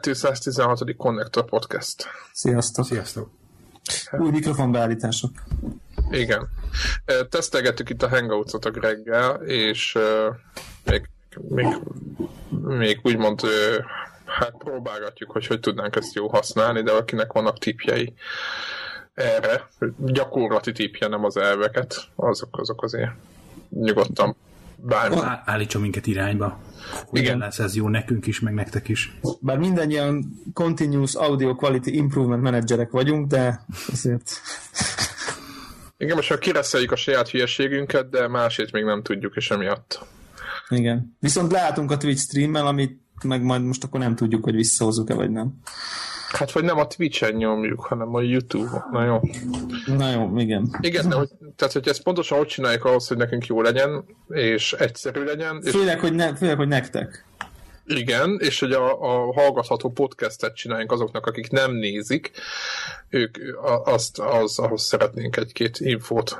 216. Connector Podcast. Sziasztok. Sziasztok. Új mikrofonbeállítások. Igen. Tesztelgettük itt a Hangouts-ot a Greggel, és még úgymond hát próbálgatjuk, hogy tudnánk ezt jól használni, de akinek vannak tippjei erre, gyakorlati tippje, nem az elveket, azok azért nyugodtan bármi. Állítson minket irányba. Igen. Lesz ez jó nekünk is, meg nektek is. Bár mindannyian Continuous Audio Quality Improvement Managerek vagyunk, de azért... Igen, most már kireszeljük a saját hülyeségünket, de másét még nem tudjuk, és emiatt. Igen. Viszont leálltunk a Twitch streammel, amit meg majd most akkor nem tudjuk, hogy visszahozzuk-e, vagy nem. Hát, vagy nem a Twitch-en nyomjuk, hanem a YouTube-on. Na jó. Na jó, igen. Igen, de tehát, hogy ezt pontosan hogy csináljuk ahhoz, hogy nekünk jó legyen, és egyszerű legyen. Főleg, hogy nektek. Igen, és hogy a hallgatható podcastet csináljunk azoknak, akik nem nézik, ők ahhoz szeretnénk egy-két infót.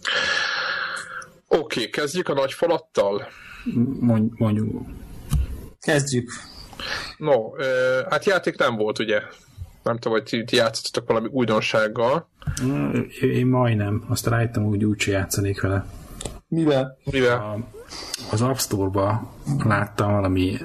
Oké, kezdjük a nagy falattal? Mondjuk. Kezdjük. No, hát játék nem volt, ugye? Nem tudom, hogy ti játszottatok valami újdonsággal. Én majdnem. Aztán rájöttem, hogy úgyse játszanék vele. Mivel? Az App Store-ba láttam valami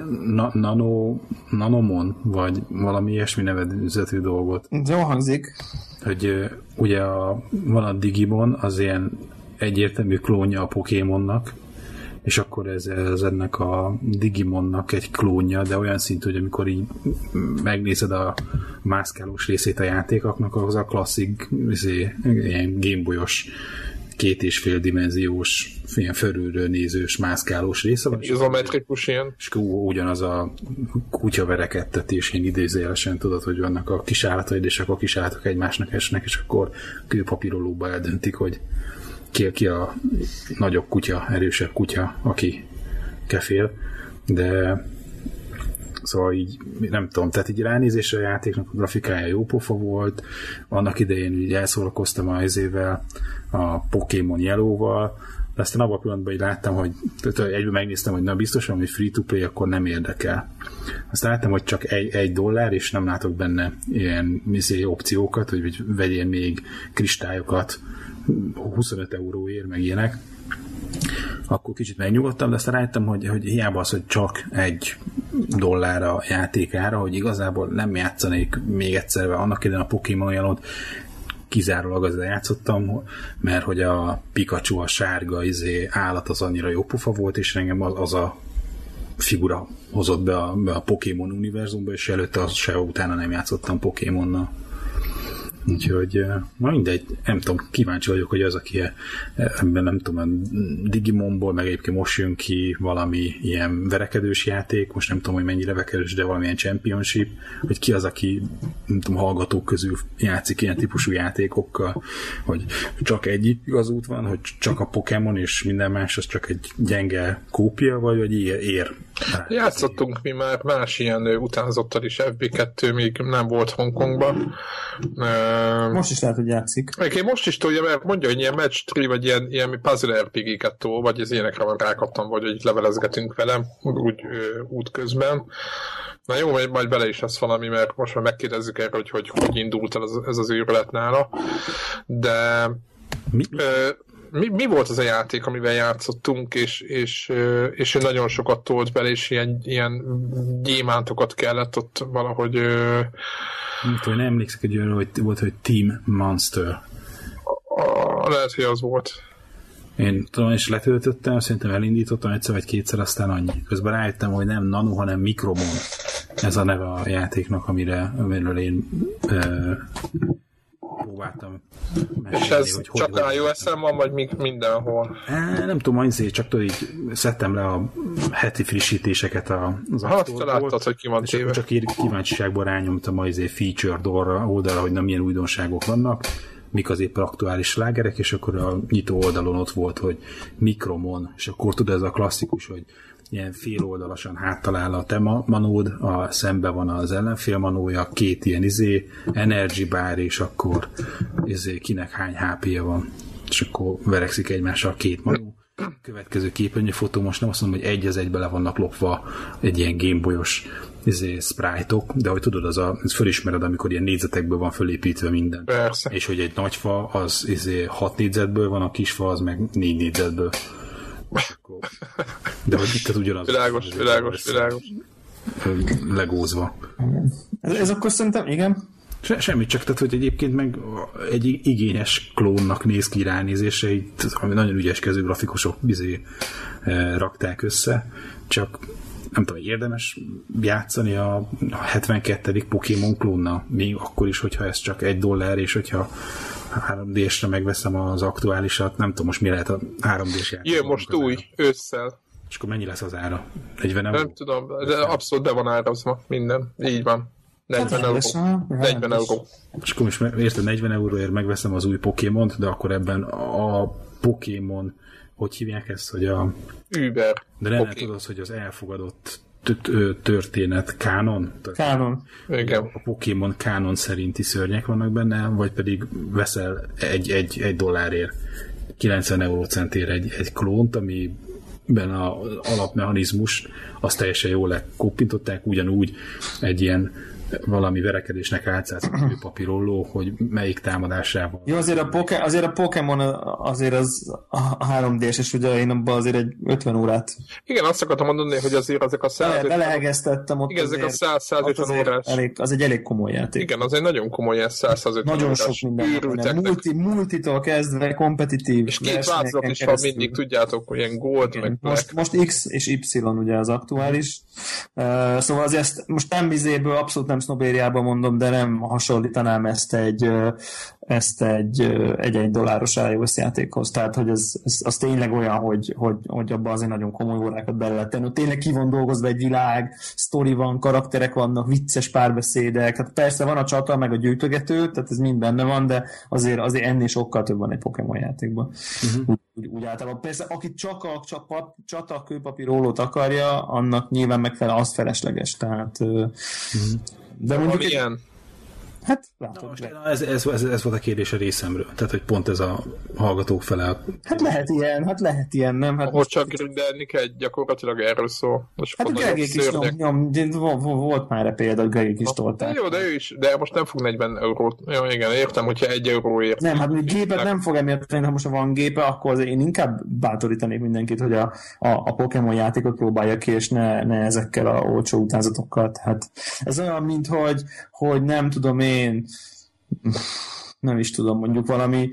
Nanomon, vagy valami ilyesmi nevezetű dolgot. Jó hangzik. Hogy ugye van a Digimon, az ilyen egyértelmű klónja a Pokémonnak, és akkor ez ennek a Digimonnak egy klónja, de olyan szintű, hogy amikor így megnézed a mászkálós részét a játékoknak, az a klasszik ilyen Gameboyos 2,5 dimenziós, ilyen felülről nézős mászkálós része van. Izometrikus ilyen. És ugyanaz a kutyaverekedtetés, ilyen idézőjelesen tudod, hogy vannak a kisállataid, és akkor a kisállatok egymásnak esnek, és akkor kőpapírolóba eldöntik, hogy ki a nagyobb kutya, erősebb kutya, aki kefél, de szóval így nem tudom, tehát így ránézésre a játéknak a grafikája jó pofa volt, annak idején így elszórakoztam a Pokémon Yellow-val, de aztán abban a pillanatban így láttam, hogy egyben megnéztem, hogy na biztosan, hogy free-to-play, akkor nem érdekel. Aztán láttam, hogy csak $1, és nem látok benne ilyen opciókat, hogy vegyél még kristályokat 25 euróért, meg ilyenek. Akkor kicsit megnyugodtam, de aztán rájöttem, hogy hiába az, hogy csak $1 a játékára, hogy igazából nem játszanék még egyszer, annak idején a Pokémon Yellow-t kizárólag azzal játszottam, mert hogy a Pikachu, a sárga állat az annyira jó pufa volt, és engem az a figura hozott be a Pokémon univerzumba, és előtte se utána nem játszottam Pokémonnal. Úgyhogy mindegy, nem tudom, kíváncsi vagyok, hogy az, aki ebben nem tudom, a Digimonból, meg egyébként most jön ki valami ilyen verekedős játék, most nem tudom, hogy mennyire verekedős, de valamilyen championship, hogy ki az, aki nem tudom, hallgatók közül játszik ilyen típusú játékokkal, hogy csak egy igaz út van, hogy csak a Pokémon és minden más az csak egy gyenge kópia, vagy ér. Játszottunk mi már más ilyen utánzottal is, FB2 még nem volt Hongkongban. Most is lehet, hogy játszik. Én most is tudja, mert mondja, hogy ilyen match 3, vagy ilyen puzzle RPG-ket tól, vagy az ilyenekre van rákattam, vagy hogy levelezgetünk vele, úgy útközben. Na jó, majd bele is lesz valami, mert most már megkérdezzük erre, hogy indult el ez az őrület nála. De mi volt az a játék, amivel játszottunk, és nagyon sokat tolt bele, és ilyen gyémántokat kellett ott valahogy... Nem emlékszek egy olyan, hogy volt, hogy Team Monster. Lehet, hogy az volt. Én tudom, és letöltöttem, szerintem elindítottam egyszer vagy kétszer, aztán annyi. Közben rájöttem, hogy nem Nano, hanem Micromon. Ez a neve a játéknak, amiről én próbáltam mesélni. És ez hogy csak iOS-en van, vagy mindenhol? Nem tudom, azért csak tudod, így szedtem le a heti frissítéseket az App Store-ból. Láttad, hogy ki van téve. Csak kíváncsiságból rányomtam a featured oldalra, hogy na milyen újdonságok vannak, mik az éppen aktuális slágerek, és akkor a nyitó oldalon ott volt, hogy Micromon, és akkor tudod, ez a klasszikus, hogy ilyen féloldalasan háttal áll a te manód, szembe van az ellenfél manója, két ilyen energy bar, és akkor kinek hány HP-je van. És akkor verekszik egymással két manó. Következő képernyőfotó, most nem azt mondom, hogy egy az egybe le vannak lopva egy ilyen Gameboyos sprite-ok, de hogy tudod, ez fölismered, amikor ilyen négyzetekből van fölépítve minden. Persze. És hogy egy nagy fa az 6 négyzetből van, a kis fa az meg 4 négyzetből. De hogy itt ugyanaz. Világos. Legózva. Ez akkor szerintem, igen. Semmit, csak tehát, hogy egyébként meg egy igényes klónnak néz ki ránézésre, ami nagyon ügyeskező grafikusok rakták össze, csak nem tudom, érdemes játszani a 72. Pokémon klónnal, még akkor is, hogyha ez csak $1, és hogyha 3D-sre megveszem az aktuálisat, nem tudom, most mi lehet a 3D-s játék. Jön most új, ősszel. És akkor mennyi lesz az ára? 40 euró? Nem tudom, de abszolút be van árazva minden. Így van. 40 euró. 40 euró. És akkor most érted, 40 euróért megveszem az új Pokémont, de akkor ebben a Pokémon, hogy hívják ezt, hogy a... Uber. De nem tudod, hogy az elfogadott történet kánon? Kánon. Igen. A Pokémon kánon szerinti szörnyek vannak benne, vagy pedig veszel $1 90 eurócentért egy klónt, amiben az alapmechanizmus azt teljesen jól lekoppintották, ugyanúgy egy ilyen valami verekedésnek átszázott papírolló, hogy melyik támadásával. Jó, azért a Pokémon azért az a 3D-s, ugye én abban azért egy 50 órát. Igen, azt akartam mondani, hogy azért ezek a 150... Belehegeztettem ott. Igen, ezek a 150 órás. Az egy elég komoly játék. Igen, az egy nagyon komoly 150 nagyon órás. sok minden. Multitól kezdve kompetitív. És 2 változat is van mindig, tudjátok, ilyen gold, igen, meg black. Most X és Y ugye az aktuális. Szóval azért most nem vizéből abszolút nem sznobériában mondom, de nem hasonlítanám ezt egy $1 iOS játékhoz. Tehát, hogy az tényleg olyan, hogy abban azért nagyon komoly órákat bele lehet tenni. Tényleg ki van dolgozva egy világ, sztori van, karakterek vannak, vicces párbeszédek. Hát persze van a csata, meg a gyűjtögető, tehát ez mind benne van, de azért ennél sokkal több van egy Pokémon játékban. Úgy általában. Persze, aki csak a csata kőpapír ólót akarja, annak nyilván megfelel, az felesleges. Tehát de mondjuk ilyen. Hát, látod. Ez volt a kérdés a részemről. Tehát, hogy pont ez a hallgatók fele. Hát lehet ilyen, nem? Hát ahol csak grindelni kell, gyakorlatilag erről szól. Hát a Gregék is volt már példa, hogy Gregék is tolták. Jó, de ő is, de most nem fog 40 eurót. Jó, igen, értem, hogyha 1 euróért. Nem, hát gépet nem fog emiatt tenni, ha most van gépe, akkor azért én inkább bátorítanék mindenkit, hogy a Pokémon játékot próbálja ki, és ne ezekkel a olcsó utánzatokkal. Hát ez olyan, mint hogy nem tudom én, nem is tudom, mondjuk valami,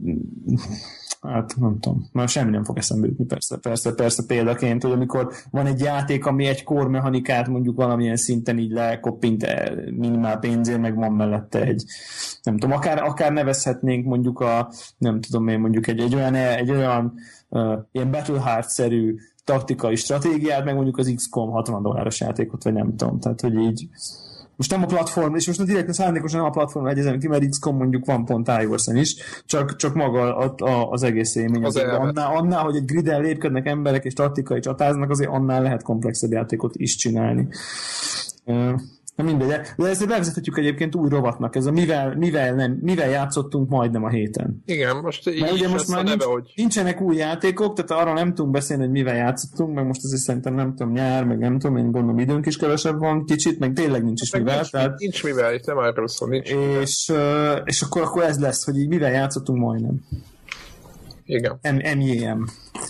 hát nem tudom, már semmi nem fog eszembe jutni, persze példaként, hogy amikor van egy játék, ami egy core mechanikát mondjuk valamilyen szinten így lekoppint minimál pénzért, meg van mellette egy, nem tudom, akár nevezhetnénk mondjuk nem tudom én, mondjuk egy olyan ilyen Battle Heart-szerű taktikai stratégiát, meg mondjuk az XCOM $60 játékot, vagy nem tudom, tehát hogy így most nem a platform, és most direkt szándékosan nem a platform egyezem ki, mert XCOM mondjuk van pont iOS-en is, csak maga az egész élmény. Annál, hogy egy griden lépkednek emberek és taktikai csatáznak, azért annál lehet komplexebb játékot is csinálni. Na mindegy, de ezt bevezethetjük egyébként új rovatnak, ez a mivel játszottunk majdnem a héten. Igen, most így ugye most már neve, hogy... nincsenek új játékok, tehát arra nem tudunk beszélni, hogy mivel játszottunk, meg most azért szerintem nem tudom, nyár, meg nem tudom, én gondolom időnk is kevesebb van kicsit, meg tényleg nincs is mivel. Nincs mivel, itt nem erről szól, nincs és akkor ez lesz, hogy így mivel játszottunk majdnem. Igen. MJM.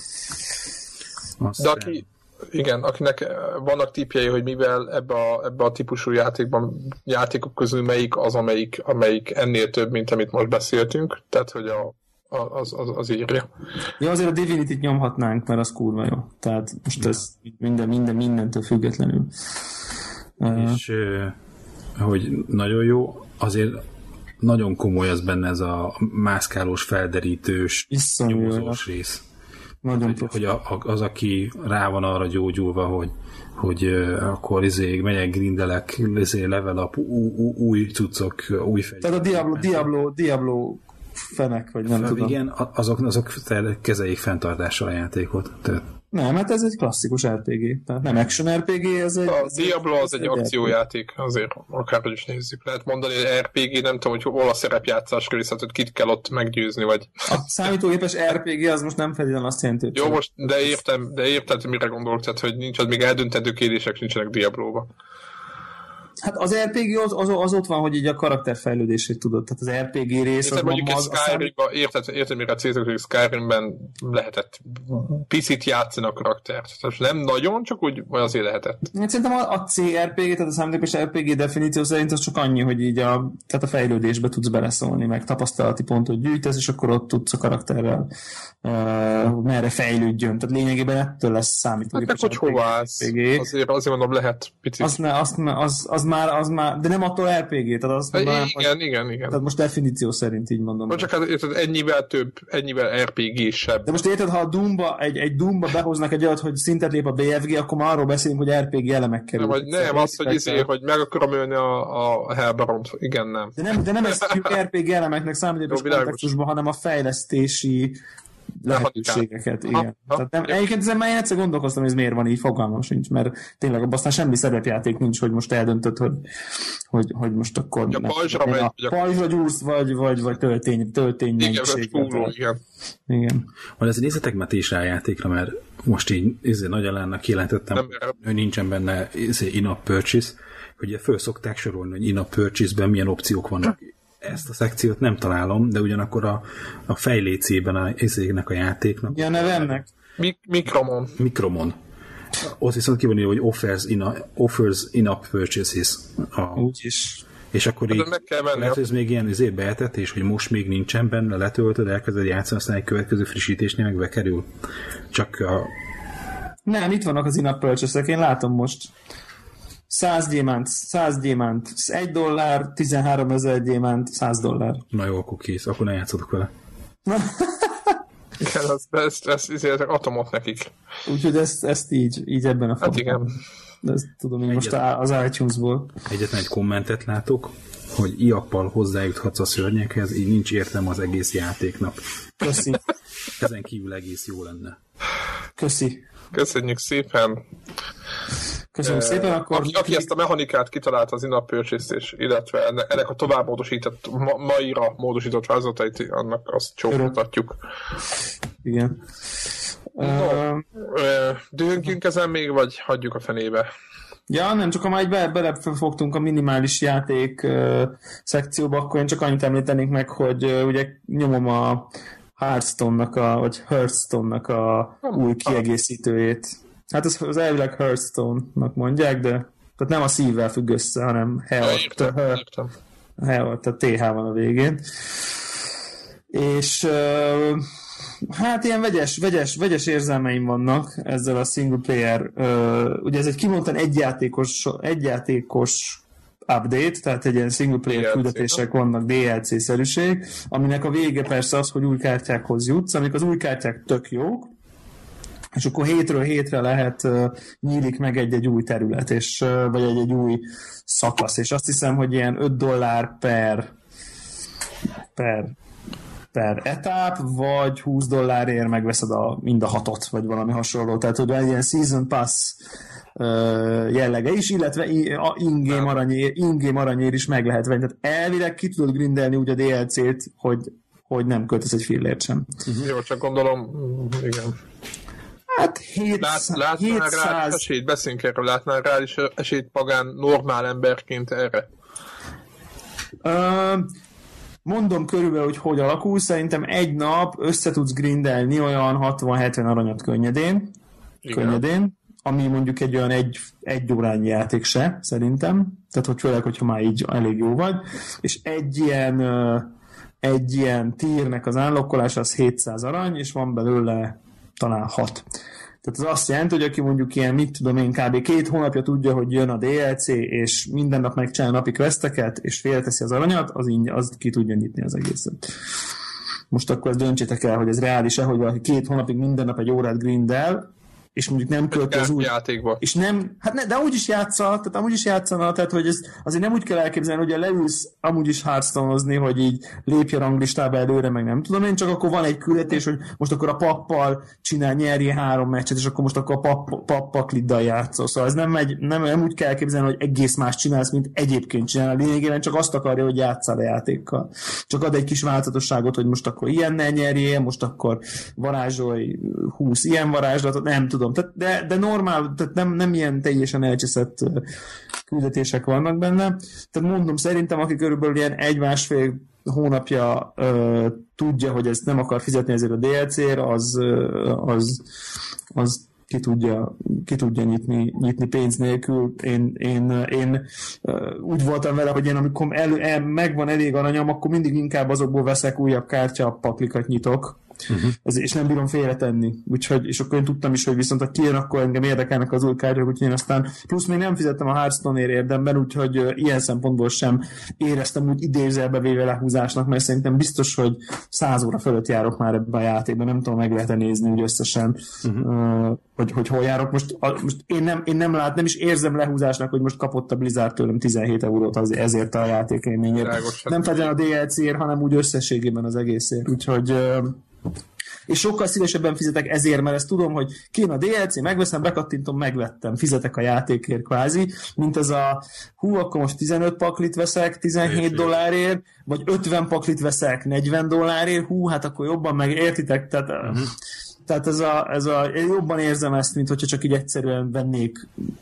De igen, akinek vannak tippjei, hogy mivel ebbe a típusú játékok közül melyik az, amelyik ennél több, mint amit most beszéltünk, tehát hogy az írja. Ja, azért a Divinity-t nyomhatnánk, mert az kurva jó. Tehát most ez mindentől függetlenül. És hogy nagyon jó, azért nagyon komoly az benne ez a mászkálós, felderítős, nyomozós rész. Hogy az, aki rá van arra gyógyulva, hogy akkor megyek, grindelek, level up, új cuccok, új fegyverek. Tehát a Diablo fenek, vagy nem tudom. Igen, azok kezeljék fenntartással a játékot. Tehát... Nem, hát ez egy klasszikus RPG. Tehát nem action RPG, ez egy... A Diablo az egy akciójáték, azért akárhogy is nézzük. Lehet mondani, hogy RPG, nem tudom, hogy hol a szerepjátszás részletet, kit kell ott meggyőzni, vagy... A számítógépes RPG az most nem feltétlenül azt jelenti, hogy... Jó, most, de értem, mire gondolok, tehát, hogy nincs, az még eldöntendő kérdések nincsenek Diablo-ba. Hát az RPG az ott van, hogy így a karakterfejlődését tudod. Tehát az RPG rész... Az mondjuk egy Skyrimben, érted mire célzok, hogy Skyrimben lehetett picit játszani a karaktert. Tehát nem nagyon, csak úgy azért lehetett. Szerintem a CRPG, tehát a számítógépes RPG definíció szerint az csak annyi, hogy így tehát a fejlődésbe tudsz beleszólni, meg tapasztalati pontot gyűjtesz, és akkor ott tudsz a karakterrel merre fejlődjön. Tehát lényegében ettől lesz számítógépes RPG. Hát hogy hova állsz? Azért mondom, lehet picit. Az már, de nem attól RPG, tehát azt mondanám, igen. Tehát most definíció szerint így mondom. Csak hát érted, ennyivel RPG-sebb. De most érted, ha a Doomba, egy Doomba behoznak egy olyat, hogy szintet lép a BFG, akkor már arról beszélünk, hogy RPG elemek kerülnek. Nem, az, hogy meg akarom ölni a Hellbaront. Igen, nem. De nem ezt RPG elemeknek számítógépes kontextusban, hanem a fejlesztési lehetőségeket, igen. Tehát nem, egyébként ezen már én egyszer gondolkoztam, hogy ez miért van így, fogalmam sincs, mert tényleg abban aztán semmi szerepjáték nincs, hogy most eldöntöd, hogy most akkor pajzsra gyúrsz, vagy töltény igen. Majd ezt nézzetek már ti is rá a játékra, mert most így Nagy Alánnak kijelentettem, hogy nincsen benne in-app purchase, hogy föl szokták sorolni, hogy in-app purchase-ben milyen opciók vannak. Ezt a szekciót nem találom, de ugyanakkor a fejlécében a játéknak. Mi a neve ennek? Mikromon. Ott viszont ki van írva, hogy offers in-app purchases. Úgyis. És akkor így lehet, hogy ez még ilyen bejelentés, hogy most még nincsen benne, letöltöd, elkezded játszani, aztán egy következő frissítésnél meg bekerül. Csak Nem, itt vannak az in-app purchase-ek, én látom most. 100 gyémánt, $1, 13 000 gyémánt, $100. Na jó, akkor kész, akkor ne játszodok vele. Igen, ez atomot nekik. Úgyhogy ezt így ebben a formában. Hát igen. De ezt tudom én most az iTunes-ból. Egyetlen egy kommentet látok, hogy iappal hozzájuthatsz a szörnyekhez, így nincs értelme az egész játéknak. Köszi. Ezen kívül egész jó lenne. Köszi. Köszönjük szépen. Köszönöm szépen, akkor... Aki ezt a mechanikát kitalálta az in-app purchase, illetve ennek a tovább módosított, maira módosított változatait, annak azt csókoltatjuk. Igen. Dühönkünk ezen még, vagy hagyjuk a fenébe? Ja, nem, csak ha már belefogtunk a minimális játék szekcióba, akkor én csak annyit említenék meg, hogy ugye nyomom a Hearthstone-nak a új kiegészítőjét. Hát az elvileg Hearthstone-nak mondják, de tehát nem a szívvel függ össze, hanem tehát TH van a végén. És hát ilyen vegyes érzelmeim vannak ezzel a single player. Ugye ez egy kimondtan egyjátékos update, tehát egy ilyen single player küldetések vannak, DLC-szerűség, aminek a vége persze az, hogy új kártyákhoz jutsz, amik az új kártyák tök jók, és akkor hétről hétre nyílik meg egy új terület, és, vagy egy új szakasz, és azt hiszem, hogy ilyen $5 per etap, vagy $20 megveszed mind a 6-ot, vagy valami hasonló, tehát hogy egy ilyen season pass jellege is, illetve a in-game aranyér is meg lehet venni. Tehát elvileg ki tudod grindelni úgy a DLC-t, hogy nem költesz egy fillért sem. Jó, csak gondolom, igen. Hát látnál rá esélyt, beszéljünk erről, látnál rá is esélyt magán normál emberként erre? Mondom körülbelül, hogy alakul, szerintem egy nap össze tudsz grindelni olyan 60-70 aranyat könnyedén, ami mondjuk egy olyan egy órányi játék se, szerintem. Tehát, hogy főleg, hogyha már így elég jó vagy. És egy ilyen tírnek az unlockolása az 700 arany, és van belőle talán 6. Tehát az azt jelenti, hogy aki mondjuk ilyen, mit tudom én, kb. 2 hónapja tudja, hogy jön a DLC, és minden nap megcsinál napi questeket, és félreteszi az aranyat, az ki tudja nyitni az egészet. Most akkor ezt döntsétek el, hogy ez reális-e, hogy valaki 2 hónapig minden nap egy órát grindel, és mondjuk nem költi az új játékba. És nem, hát ne, de amúgy is játszana, tehát hogy ez azért nem úgy kell elképzelni, hogy leülsz amúgy is Hearthstone-ozni, hogy így lépj a ranglistába előre, meg nem tudom én, csak akkor van egy küldetés, hogy most akkor a pappal nyerjél 3 meccset, és akkor most akkor a pappakliddal játszol. Szóval ez nem úgy kell elképzelni, hogy egész más csinálsz, mint egyébként csinál. Lényegében csak azt akarja, hogy játsszál a játékkal. Csak ad egy kis változatosságot, hogy most akkor ilyennel nyerjél, most akkor varázsolj 20 ilyen varázslatot, nem tudom tudom, de normál, tehát nem ilyen teljesen elcseszett küldetések vannak benne. Tehát mondom, szerintem aki körülbelül ilyen 1-1,5 hónapja tudja, hogy ezt nem akar fizetni ezért a DLC-re, az ki tudja nyitni pénz nélkül. Én úgy voltam vele, hogy én amikor megvan elég aranyam, akkor mindig inkább azokból veszek újabb kártyapaklikat nyitok, és nem bírom félretenni. Úgyhogy, és akkor én tudtam is, hogy viszont ha kijön, akkor engem érdekelnek az új kártyák, úgyhogy én aztán plusz még nem fizettem a Hearthstone-ért érdemben, úgyhogy ilyen szempontból sem éreztem úgy idézelbe véve lehúzásnak, mert szerintem biztos, hogy 100 óra fölött járok már ebben a játékban, nem tudom, meg lehet nézni úgy összesen, hogy hol járok. Most én nem is érzem lehúzásnak, hogy most kapott a Blizzard tőlem 17 eurót ezért a játékélményért. Nem feltétlenül a DLC-ért, hanem úgy összességében az egészért. Úgyhogy és sokkal szívesebben fizetek ezért, mert ezt tudom, hogy kéne a DLC, megveszem, bekattintom, megvettem, fizetek a játékért kvázi, mint ez a akkor most 15 paklit veszek $17, vagy 50 paklit veszek $40, hát akkor jobban megértitek, tehát ez a jobban érzem ezt, mint hogyha csak így egyszerűen vennék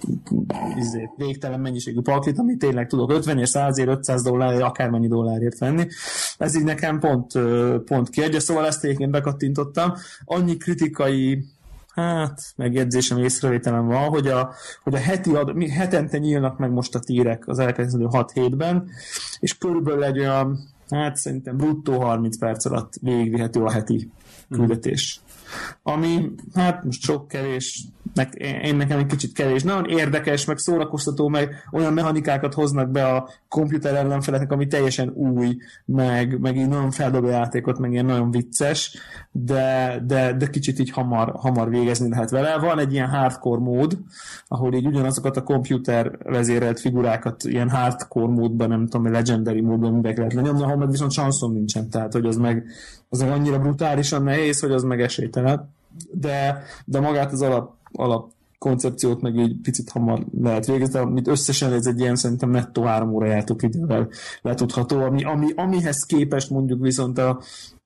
végtelen mennyiségű paklit, amit tényleg tudok 50 és 100 $500, akármennyi dollárért venni. Ez így nekem pont kiadja, szóval ezt egyébként bekattintottam. Annyi kritikai megjegyzésem, észrevételem van, hogy a hetente nyílnak meg most a tírek az elkezdődő 6 hétben, és körülbelül egy olyan, szerintem bruttó 30 perc alatt végigvihető a heti küldetés. Ami, most sok kevés, nekem egy kicsit kevés. Nagyon érdekes, meg szórakoztató, meg olyan mechanikákat hoznak be a komputer ellenfeleknek, ami teljesen új, meg így nagyon feldobó játékot, meg ilyen nagyon vicces, de kicsit így hamar végezni lehet vele. Van egy ilyen hardcore mód, ahol így ugyanazokat a komputer vezérelt figurákat ilyen hardcore módban, nem tudom, legendary módban mindek lehet lenyomni, ahol meg viszont chanszom nincsen, tehát hogy az meg annyira brutálisan nehéz, hogy az meg esélytelen. De magát az alap koncepciót meg így picit hamar lehet végezni, amit összesen ez egy ilyen szerintem nettó 3 óra játékidővel letudható, amihez képest mondjuk viszont a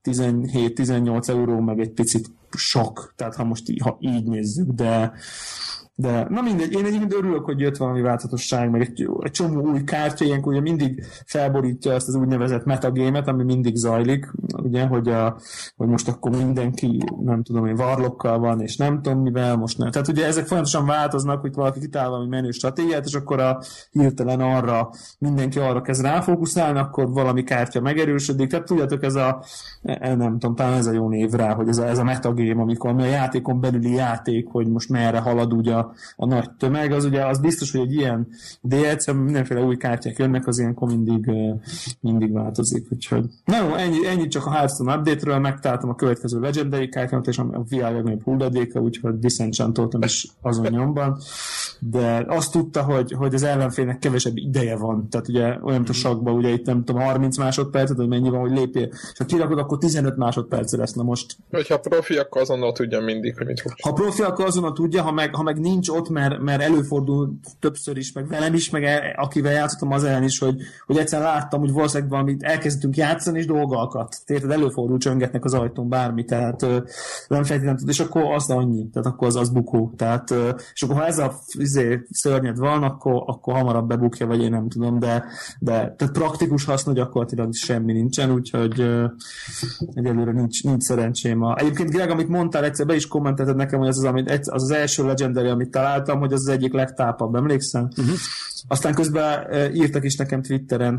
17-18 euró meg egy picit sok, tehát ha így nézzük, de na mindegy, én egyébként örülök, hogy jött valami változatosság, meg egy csomó új kártya, ilyenkor ugye mindig felborítja ezt az úgynevezett metagémet, ami mindig zajlik, ugye, hogy most akkor mindenki, nem tudom én, varlokkal van, és nem tudom mivel, most nem. Tehát ugye ezek folyamatosan változnak, hogy valaki kitál valami menő stratégiát, és akkor hirtelen mindenki arra kezd ráfókuszálni, akkor valami kártya megerősödik. Tehát tudjátok, nem tudom, talán ez a jó név rá, hogy ez a metagém, amikor a játékon belüli játék, hogy most merre halad ugye a nagy tömeg, az ugye az biztos, hogy egy ilyen DLC, mindenféle új kártyák jönnek, az ilyenkor mindig változik. Úgyhogy na jó, ennyi csak a Hearthstone update-ről, megtaláltam a következő Legendary kártyát, és a VR legnagyobb hulladéka, úgyhogy disenchantoltam is azon nyomban. De azt tudta, hogy az ellenfélnek kevesebb ideje van. Tehát ugye olyan, mint a sakkban, ugye itt nem tudom, 30 másodpercet, hogy mennyi van, hogy lépjél. És ha kirakod, akkor 15 másodpercre lesz. Na most. Hogyha profi, akkor azonnal tudja mindig, hogy mit fog. Ha profi, akkor azonnal tudja, ha meg nincs ott, mert előfordul többször is, meg velem is, meg akivel játszottam az ellen is, hogy egyszerűen láttam, hogy valószínűleg valamit elkezdtünk játszani, és dolgokat. Tehát előfordul, csöngetnek az ajtón bármi, tehát nem feltétlenül tud, és akkor az annyi, tehát akkor az bukó. Tehát, és akkor ha ez a szörnyed van, akkor hamarabb bebukja, vagy én nem tudom, de tehát praktikus haszna gyakorlatilag semmi nincsen, úgyhogy egyelőre nincs szerencsém. Egyébként Greg, amit mondtál, egyszer be is kommentelted nekem, hogy az első Legendary, amit találtam, hogy az egyik legtápabb, emlékszem? Aztán közben írtak is nekem Twitteren,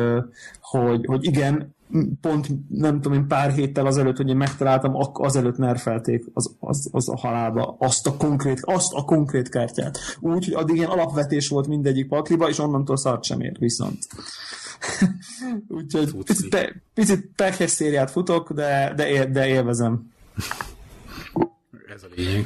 hogy igen, pont nem tudom én pár héttel azelőtt, hogy én megtaláltam, azelőtt nerfelték az a halálba azt a konkrét kártyát. Úgy, hogy addig ilyen alapvetés volt mindegyik pakliba, és onnantól szart sem ér viszont. Úgyhogy picit pekhes szériát futok, de élvezem. Ez a lényeg.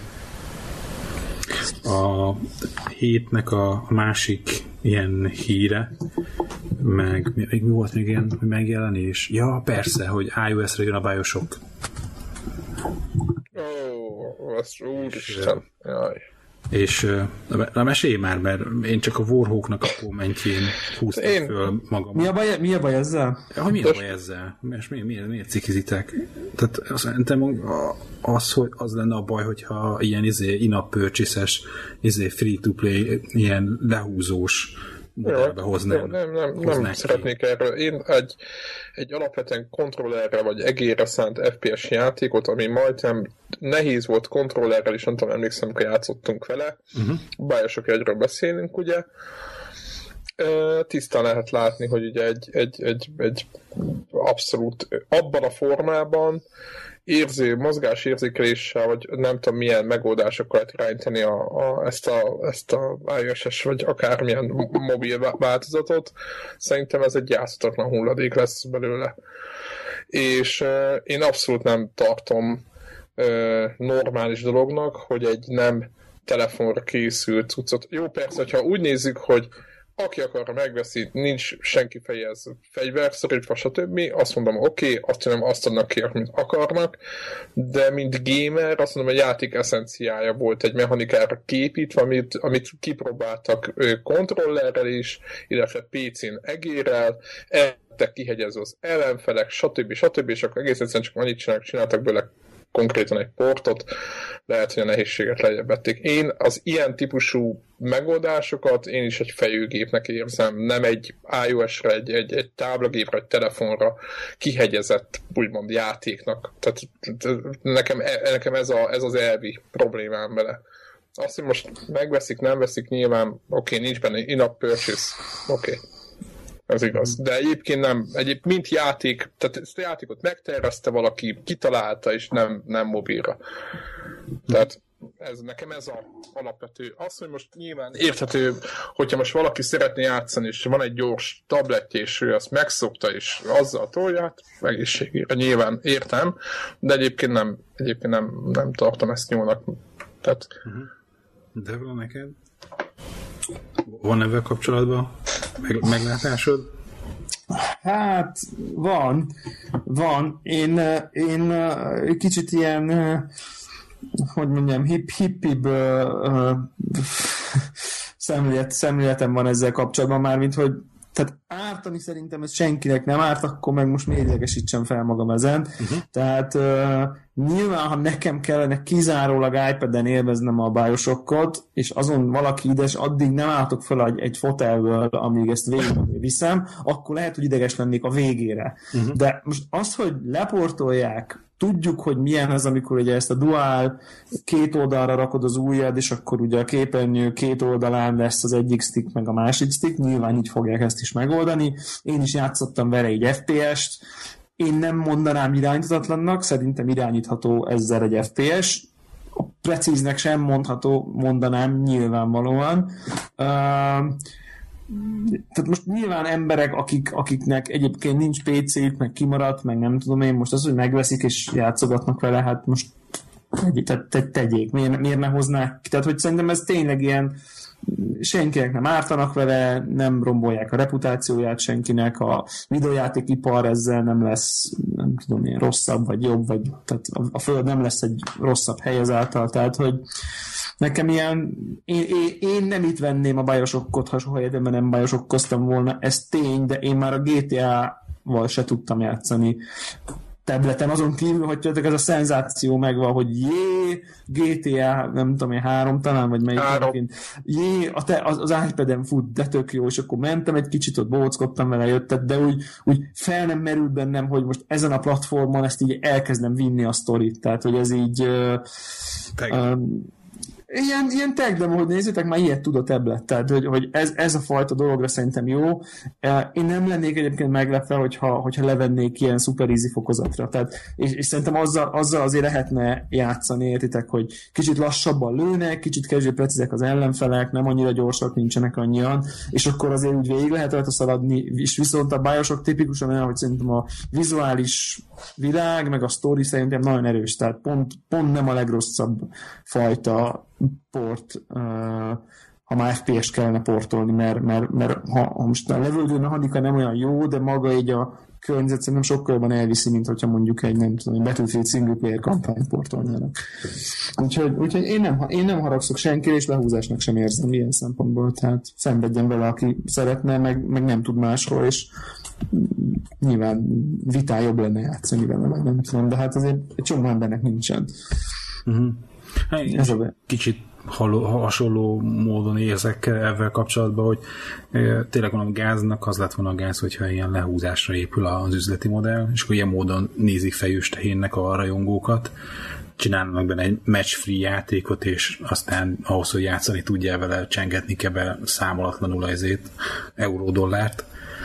A hétnek a másik ilyen híre, meg mi volt még ilyen megjelenés? Ja, persze, hogy iOS-re jön a BioShock. Úristen, jaj. És mesélj már, mert én csak a Warhawknak a kommentjén húztam föl magam. Mi a baj ezzel? Mi a baj ezzel? Miért cikizitek? Tehát szerintem hogy az lenne a baj, hogyha ilyen in-app purchase-es, free-to-play, ilyen lehúzós modellbe hoznám. Nem szeretnék erről. Én egy alapvetően kontrollerre vagy egérre szánt FPS játékot, ami majdnem nehéz volt kontrollerrel is, nem tudom, emlékszem, amikor játszottunk vele. Bioshock 1-ről beszélünk, ugye. Tisztán lehet látni, hogy ugye egy abszolút abban a formában mozgásérzékeléssel, vagy nem tudom milyen megoldásokkal lehet irányítani ezt a iOS-es, vagy akármilyen mobil változatot. Szerintem ez egy játszhatatlan hulladék lesz belőle. És én abszolút nem tartom normális dolognak, hogy egy nem telefonra készült cuccot. Jó, persze, hogyha úgy nézzük, hogy aki akarra megveszi, nincs senki fejez fegyverszorítva, stb. Azt mondom, oké, azt mondom, azt adnak ki, amit akarnak, de mint gamer, azt mondom, a játék eszenciája volt egy mechanikára képítve, amit kipróbáltak kontrollerrel is, illetve PC-n egérrel, eltek kihegyezve az ellenfelek, stb. És akkor egész egyszerűen csak annyit csináltak belőle konkrétan egy portot, lehet, hogy a nehézséget lejjebb vették. Én az ilyen típusú megoldásokat én is egy fejőgépnek érzem, nem egy iOS-re, egy táblagépre, egy telefonra kihegyezett, úgymond játéknak. Tehát nekem ez az elvi problémám vele. Azt, hogy most megveszik, nem veszik, nyilván nincs benne in-app purchase, ez igaz. De egyébként nem, mint játék, tehát ezt a játékot megtervezte valaki, kitalálta, és nem mobilra. Tehát nekem ez a alapvető. Az, hogy most nyilván érthető, hogyha most valaki szeretné játszani, és van egy gyors tabletje, és ő azt megszokta, és azzal tolját, egészségére nyilván értem, de egyébként nem tartom ezt jónak. Tehát... De van neked? Van ebben kapcsolatban meglátásod? Hát, van. Én kicsit ilyen, hogy mondjam, hippibb szemléletem van ezzel kapcsolatban, mármint, hogy tehát ártani szerintem ez senkinek nem árt, akkor meg most miért idegesítsem fel magam ezen. Tehát nyilván, ha nekem kellene kizárólag iPad-en élveznem a Bioshockot, és azon valaki ides, addig nem álltok fel egy fotelből, amíg ezt végigviszem, akkor lehet, hogy ideges lennék a végére. De most az, hogy leportolják, tudjuk, hogy milyen az, amikor ugye ezt a dual két oldalra rakod az ujjad, és akkor ugye a képernyő két oldalán lesz az egyik stick, meg a másik stick, nyilván így fogják ezt is megoldani. Én is játszottam vele egy FPS-t, én nem mondanám irányítatlannak, szerintem irányítható ezzel egy FPS, a precíznek sem mondanám nyilvánvalóan. Tehát most nyilván emberek, akiknek egyébként nincs PC-ük, meg kimaradt, meg nem tudom én, most az, hogy megveszik és játszogatnak vele, hát most tegyék, miért ne hoznák? Tehát, hogy szerintem ez tényleg ilyen, senkinek nem ártanak vele, nem rombolják a reputációját senkinek, a videójátékipar ezzel nem lesz, nem tudom én, rosszabb, vagy jobb, vagy tehát a föld nem lesz egy rosszabb hely ezáltal, tehát, hogy nekem ilyen, én nem itt venném a Bioshockot, ha soha életemben nem Bioshockkoztam volna, ez tény, de én már a GTA-val se tudtam játszani tableten, azon kívül, hogy ez a szenzáció megvan, hogy GTA, nem tudom én, 3 talán, vagy melyik az iPad-en fut, de tök jó, és akkor mentem egy kicsit, ott bóckodtam vele, jöttet, de úgy fel nem merült bennem, hogy most ezen a platformon ezt így elkezdem vinni a sztorit, tehát, hogy ez így ilyen tech demo, hogy nézzétek, már ilyet tud a tablet, tehát hogy ez a fajta dologra szerintem jó. Én nem lennék egyébként meglepve, hogyha levennék ilyen super easy fokozatra, tehát, és szerintem azzal azért lehetne játszani, értitek, hogy kicsit lassabban lőnek, kicsit kevésbé precízek az ellenfelek, nem annyira gyorsak, nincsenek annyian, és akkor azért úgy végig lehet rajta szaladni, és viszont a Bioshock tipikusan olyan, hogy szerintem a vizuális világ, meg a sztori szerintem nagyon erős, tehát pont nem a legrosszabb fajta port, ha már FPS kellene portolni, mert ha most a levelező mechanika nem olyan jó, de maga így a környezet szerintem sokkal jobban elviszi, mint hogyha mondjuk egy, nem tudom, egy Battlefield single player kampányt portolnának. Úgyhogy én nem haragszok senkire, és lehúzásnak sem érzem ilyen szempontból, tehát szenvedjen vele, aki szeretne, meg nem tud máshol, és nyilván vitán jobb lenne játszani vele, meg nem tudom, de hát azért egy csomó embernek nincsen. Ez a kicsit hasonló módon érzek ezzel kapcsolatban, hogy tényleg van a gáznak, az lett volna a gáz, hogyha ilyen lehúzásra épül az üzleti modell, és akkor ilyen módon nézik fejős tehénnek a rajongókat, csinálnak benne egy match-free játékot, és aztán ahhoz, hogy játszani tudjál vele, csengetni kell be számolatlanul ezért euró-dollárt.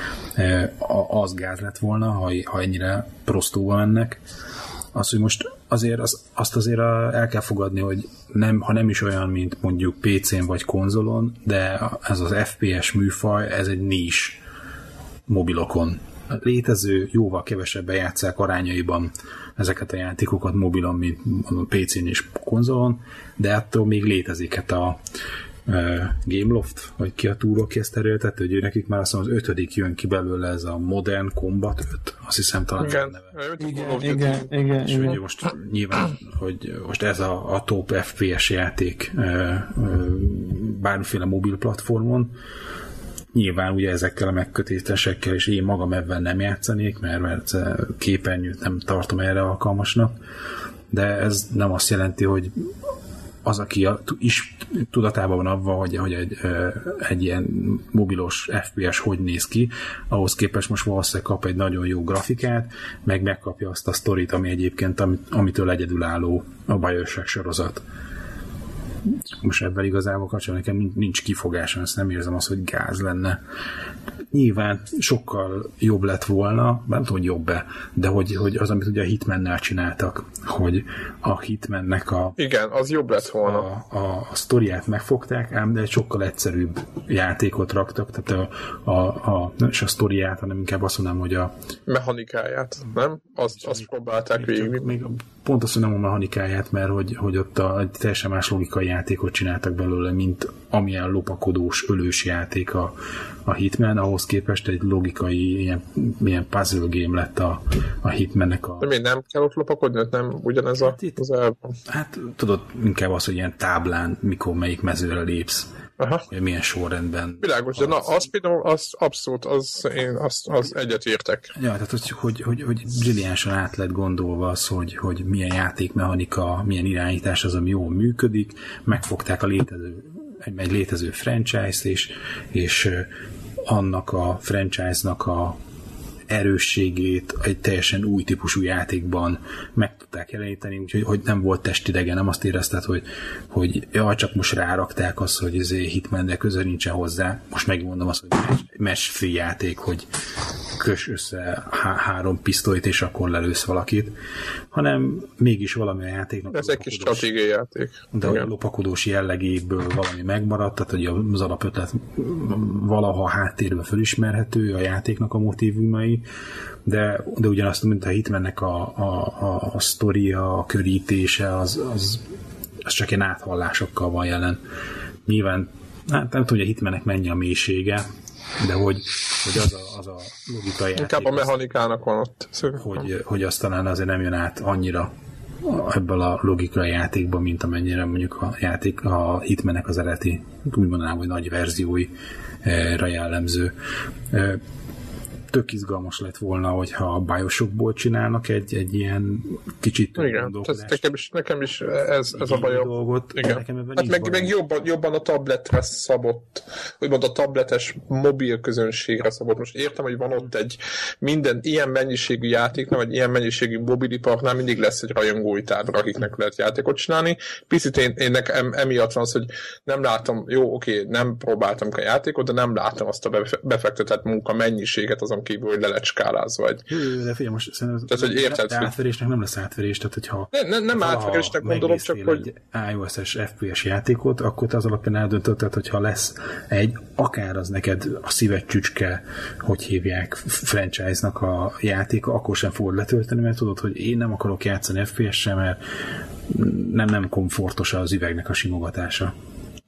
Az gáz lett volna, ha ennyire prostóba mennek. Az, hogy most azt azért el kell fogadni, hogy ha nem is olyan, mint mondjuk PC-n vagy konzolon, de ez az FPS műfaj, ez egy nis mobilokon. Létező, jóval kevesebb bejátszák arányaiban ezeket a játékokat mobilon, mint PC-n és konzolon, de attól még létezik hát a Gameloft, vagy ki a túró, ki ezt erőltető, hogy ő nekik már azt mondom, az 5. jön ki belőle ez a Modern Combat 5, azt hiszem talán igen. Igen. És ugye most nyilván, hogy most ez a top FPS játék bármiféle mobil platformon, nyilván ugye ezekkel a megkötésekkel, és én magam ebben nem játszanék, mert képernyőt nem tartom erre alkalmasnak, de ez nem azt jelenti, hogy az, aki is tudatában van abban, hogy egy ilyen mobilos FPS hogy néz ki, ahhoz képest most valószínűleg kap egy nagyon jó grafikát, megkapja azt a sztorit, ami egyébként, amitől egyedülálló a BioShock sorozat. Most ebben igazából kapcsolatban nekem nincs kifogásom, ezt nem érzem azt, hogy gáz lenne. Nyilván sokkal jobb lett volna, nem tudom, hogy jobb-e, de hogy az, amit ugye a Hitmannel csináltak, hogy a Hitmannek igen, az jobb lett volna. A sztoriát megfogták, ám de egy sokkal egyszerűbb játékot raktak, tehát nem is a sztoriát, hanem inkább azt mondanám, hogy a mechanikáját, nem? Azt próbálták végig. Még pont azt mondom a mechanikáját, mert hogy ott egy teljesen más logikai játékot csináltak belőle, mint amilyen lopakodós, ölős játék a Hitman, ahhoz képest egy logikai ilyen puzzle game lett a Hitmannek a... De még nem kell ott lopakodni, nem ugyanez az elvon? Hát tudod, inkább az, hogy ilyen táblán, mikor melyik mezőre lépsz. Aha. Milyen sorrendben. Világos, de az például az abszolút, én egyetértek. Ja, tehát hogy brilliánsan át lett gondolva az, hogy milyen játékmechanika, milyen irányítás az, ami jól működik, megfogták egy létező franchise-t, és annak a franchise-nak a erősségét egy teljesen új típusú játékban meg tudták jeleníteni, úgyhogy hogy nem volt testidegen, nem azt érezted, hogy csak most rárakták azt, hogy ez Hitman, de közel nincsen hozzá. Most megmondom azt, hogy match-free játék, hogy kös össze 3 pisztolyt, és akkor lelősz valakit, hanem mégis valami a játéknak. Ez egy kis stratégiai játék. De a lopakodós jellegéből valami megmaradt, tehát hogy az alapötlet valaha háttérben fölismerhető, a játéknak a motívumai, de ugyanazt, mint a Hitmannek a sztoria, a körítése, az csak ilyen áthallásokkal van jelen. Nyilván, hát nem tudom, hogy a Hitmannek mennyi a mélysége, de hogy az a logikai játék. Inkább a mechanikának van ott. Hogy azt talán azért nem jön át annyira ebből a logikai játékban, mint amennyire mondjuk a Hitmannek az eredeti, úgy mondanám, hogy nagy verzióira jellemző. Tök izgalmas lett volna, hogyha a BioShockból csinálnak egy ilyen kicsit gondolkodást. Nekem is ez a bajom. Dolgot. Igen. Hát meg jobban a tabletre szabott, úgymond a tabletes mobil közönségre szabott. Most értem, hogy van ott egy minden ilyen mennyiségű játéknál, vagy ilyen mennyiségű mobiliparknál mindig lesz egy rajongói tábor, akiknek lehet játékot csinálni. Picit én nekem emiatt van az, hogy nem látom, nem próbáltam a játékot, de nem látom azt a befektetett munka mennyiséget azon kívül, hogy le lett skálázva egy. De figyelj, most szerintem tehát, hogy érted, átverésnek nem lesz átverés, tehát hogyha nem átverésnek gondolom, csak hogy egy iOS-es FPS játékot, akkor te az alapján eldöntötted, hogyha lesz akár az neked a szíved csücske, hogy hívják, franchise-nak a játéka, akkor sem fogod letölteni, mert tudod, hogy én nem akarok játszani FPS-sel, mert nem komfortos az üvegnek a simogatása.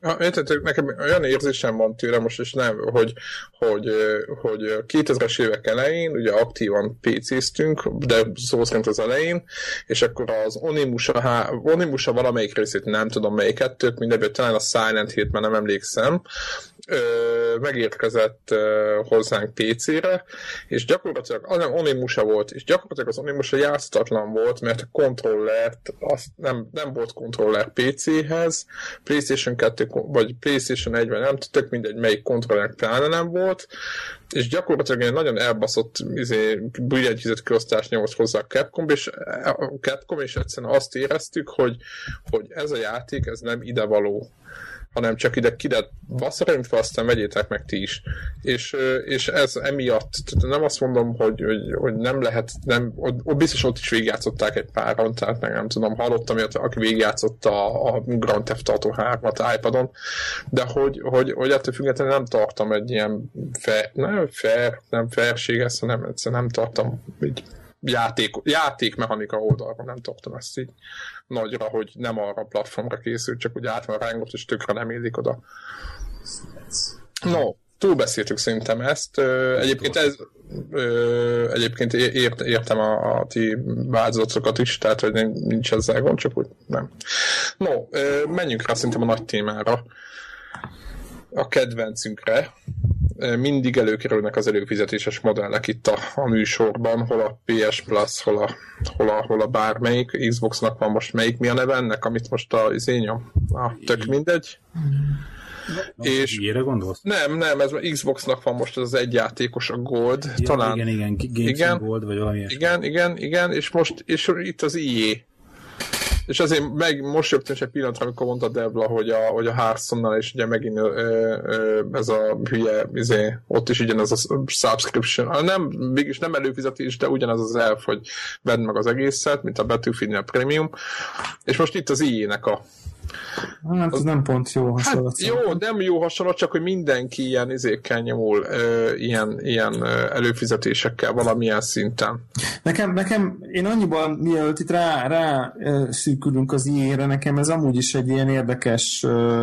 nekem olyan érzésem van tőle most, és nem, hogy 2000-es évek elején ugye aktívan PC-ztünk, de szó szerint az elején, és akkor az Onimusha valamelyik részét nem tudom melyiket, tök mindebből talán a Silent Hill, mert nem emlékszem, megérkezett hozzánk PC-re, és gyakorlatilag az nem Onimusha volt, és gyakorlatilag az Onimusha játszhatatlan volt, mert a kontrollert, nem volt kontroller PC-hez, PlayStation 2 vagy PlayStation 1-ben nem tök mindegy, melyik kontroller pláne nem volt, és gyakorlatilag egy nagyon elbaszott billentyűzet kiosztást nyomott hozzá a Capcom, és egyszerűen azt éreztük, hogy ez a játék, ez nem idevaló, hanem csak ide basszarintve, aztán vegyétek meg ti is. És ez emiatt, nem azt mondom, hogy nem lehet, biztos ott is végigjátszották egy páron, tehát meg nem tudom, hallottam, aki végigjátszotta a Grand Theft Auto 3-at iPadon, de hogy ettől függetlenül nem tartom egy ilyen nem fairséges, hanem egyszerűen nem tartom így játékmechanika oldalra, nem tartom ezt így nagyra, hogy nem arra a platformra készült, csak úgy át van rángot, és tökre nem illik oda. No, túlbeszéltük szerintem ezt. Egyébként értem a ti változatokat is, tehát hogy nincs ezzel gond, csak úgy nem. No, menjünk rá szerintem a nagy témára. A kedvencünkre. Mindig előkerülnek az előfizetéses modellek itt a műsorban, hol a PS Plus, hol a bármelyik. Xboxnak van most melyik, mi a neve ennek, amit most az én nyom? Tök mindegy. És ilyenre gondolsz? Nem, ez Xboxnak van most az egyjátékos, a Gold. Ja, talán. Igen, Games Gold, vagy valami. Igen, és itt az EA. És azért most jöttem egy pillanatra, amikor mondta Debla, hogy a Hearthstone-nal is ugye megint ez a hülye, ott is ugyanaz a subscription, mégis nem előfizetés, de ugyanaz az elf, hogy vedd meg az egészet, mint a Battlefield-nél Premium. És most itt az EA-nek Hát ez nem pont jó hasonlat. Hát jó, nem jó hasonlat, csak hogy mindenki ilyen izékkel nyomul, ilyen előfizetésekkel valamilyen szinten. Nekem én annyiban, mielőtt itt rá szűkülünk az EA-re, nekem ez amúgy is egy ilyen érdekes,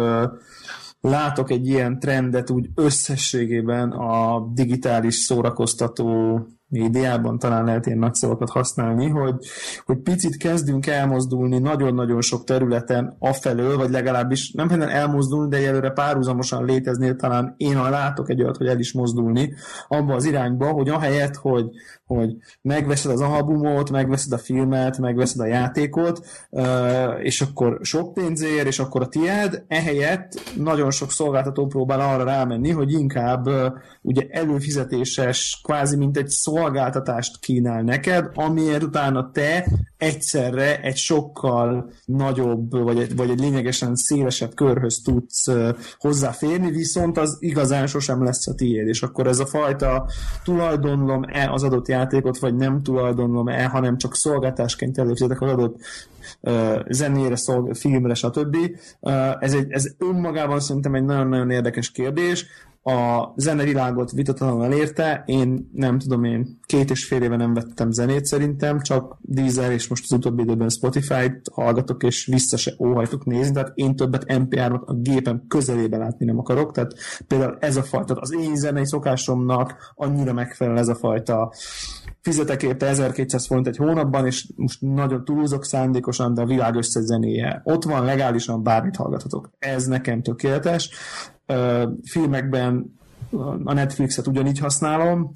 látok egy ilyen trendet úgy összességében a digitális szórakoztató médiában, talán lehet ilyen nagy szavakat használni, hogy picit kezdünk elmozdulni nagyon-nagyon sok területen afelől, vagy legalábbis nem például elmozdulni, de előre párhuzamosan létezni, talán én látok egy olyat, hogy el is mozdulni abba az irányba, hogy ahelyett, hogy megveszed az albumot, megveszed a filmet, megveszed a játékot, és akkor sok pénzért, és akkor a tied, ehelyett nagyon sok szolgáltató próbál arra rámenni, hogy inkább ugye előfizetéses, kvázi mint egy szolgáltatást kínál neked, amiért utána te egyszerre egy sokkal nagyobb, vagy egy lényegesen szélesebb körhöz tudsz hozzáférni, viszont az igazán sosem lesz a tiéd, és akkor ez a fajta tulajdonlom-e az adott játékot, vagy nem tulajdonlom-e, hanem csak szolgáltásként előfizetek az adott zenére, filmre, stb. Ez önmagában szerintem egy nagyon-nagyon érdekes kérdés. A zenevilágot vitatlanul elérte, én nem tudom, 2,5 éve nem vettem zenét szerintem, csak Deezer és most az utóbbi időben Spotify-t hallgatok, és vissza se óhajtok nézni, tehát én többet NPR-ot a gépem közelébe látni nem akarok, tehát például ez a fajta, az én zenei szokásomnak annyira megfelel ez a fajta, fizetek érte 1200 forint egy hónapban, és most nagyon túlzok szándékosan, de a világ összes zenéje ott van, legálisan bármit hallgathatok. Ez nekem tökéletes. Filmekben a Netflixet ugyanígy használom,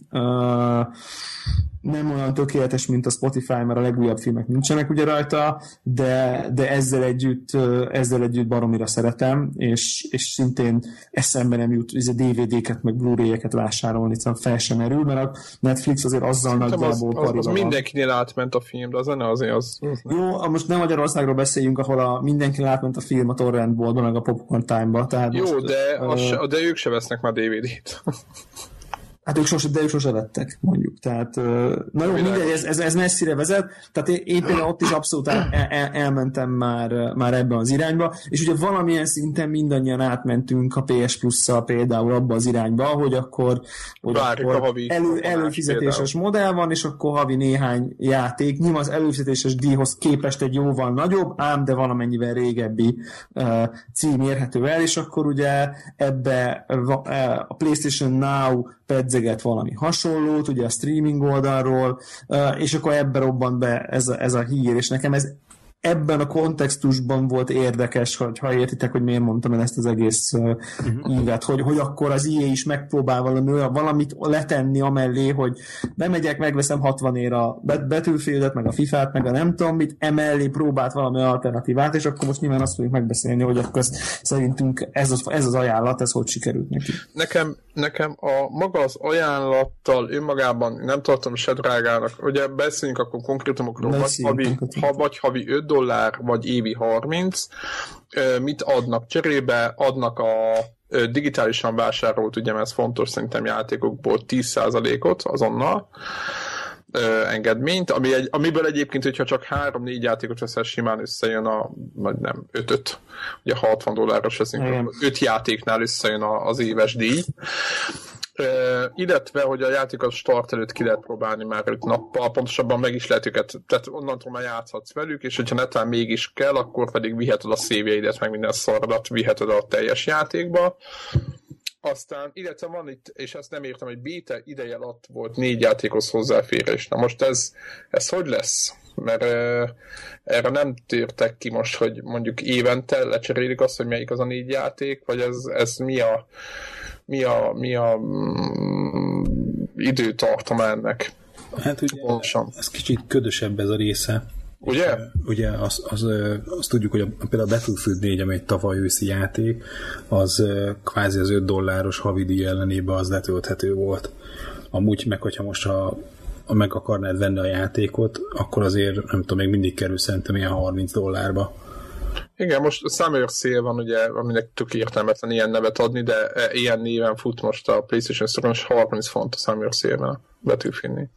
nem olyan tökéletes, mint a Spotify, mert a legújabb filmek nincsenek ugye rajta, de ezzel együtt baromira szeretem, és szintén eszembe nem jut DVD-ket, meg Blu-ray-eket vásárolni, szóval fel sem erül, mert a Netflix azért azzal nagyjából pariba az mindenkinél átment a film, de a zene azért az... Jó, most nem Magyarországról beszéljünk, ahol mindenkinél átment a film a torrentboltban, meg a Popcorn Time-ba. Tehát jó, most, de ők se vesznek már DVD-t. Hát ők sose vettek, mondjuk. Tehát, na jó, mindegy, ez messzire vezet. Tehát én például ott is abszolút elmentem már ebben az irányba, és ugye valamilyen szinten mindannyian átmentünk a PS Plus-szal például abba az irányba, hogy akkor előfizetéses modell van, és akkor havi néhány játék. Nyilván az előfizetéses díjhoz képest egy jóval nagyobb, ám de valamennyivel régebbi cím érhető el, és akkor ugye ebbe a PlayStation Now pedzeget valami hasonlót, ugye a streaming oldalról, és akkor ebbe robbant be ez a hír, és nekem ez ebben a kontextusban volt érdekes, ha értitek, hogy miért mondtam el ezt az egész ívet, hogy akkor az EA is megpróbál valamit letenni amellé, hogy bemegyek, megveszem 60 ér a Battlefieldet, meg a FIFA-t, meg a nem tudom mit, emellé próbált valami alternatívát, és akkor most nyilván azt fogjuk megbeszélni, hogy akkor szerintünk ez az ajánlat, ez hogy sikerült neki. Nekem a maga az ajánlattal önmagában nem tartom se drágának. Ugye beszéljünk akkor konkrétumokról, vagy havi $5, vagy évi 30. Mit adnak cserébe? Adnak a digitálisan vásárolt, ugye ez fontos szerintem játékokból 10%-ot azonnal engedményt, amiből egyébként, hogyha csak 3-4 játékot veszel, simán összejön vagy nem, 5-öt, ugye $60 veszünk, 5 játéknál összejön az éves díj. Illetve, hogy a játékot start előtt ki lehet próbálni már 5 nappal, pontosabban meg is lehet őket, tehát onnantól már játszhatsz velük, és hogyha netán mégis kell, akkor pedig viheted a szévjeidet, meg minden szaradat viheted a teljes játékba. Aztán, illetve van itt, és azt nem értem, hogy beta ideje alatt volt 4 játékhoz hozzáférés. Na most ez hogy lesz? Mert erre nem tértek ki most, hogy mondjuk évente lecserélik azt, hogy melyik az a 4 játék, vagy ez mi a időtartama ennek? Hát ugye ez kicsit ködösebb ez a része. Ugye? Ugye azt tudjuk, hogy például a Battlefield 4, amely egy tavaly őszi játék, az kvázi az $5 havidíj ellenében az letölthető volt. Amúgy meg, hogyha most meg akarnád venni a játékot, akkor azért, nem tudom, még mindig kerül szerintem ilyen $30. Igen, most a Summer Sale van, ugye, aminek tök értelmetlen ilyen nevet adni, de ilyen néven fut most a PlayStation Store-on, és 30 font a Summer Sale-ben a Battlefield-nél.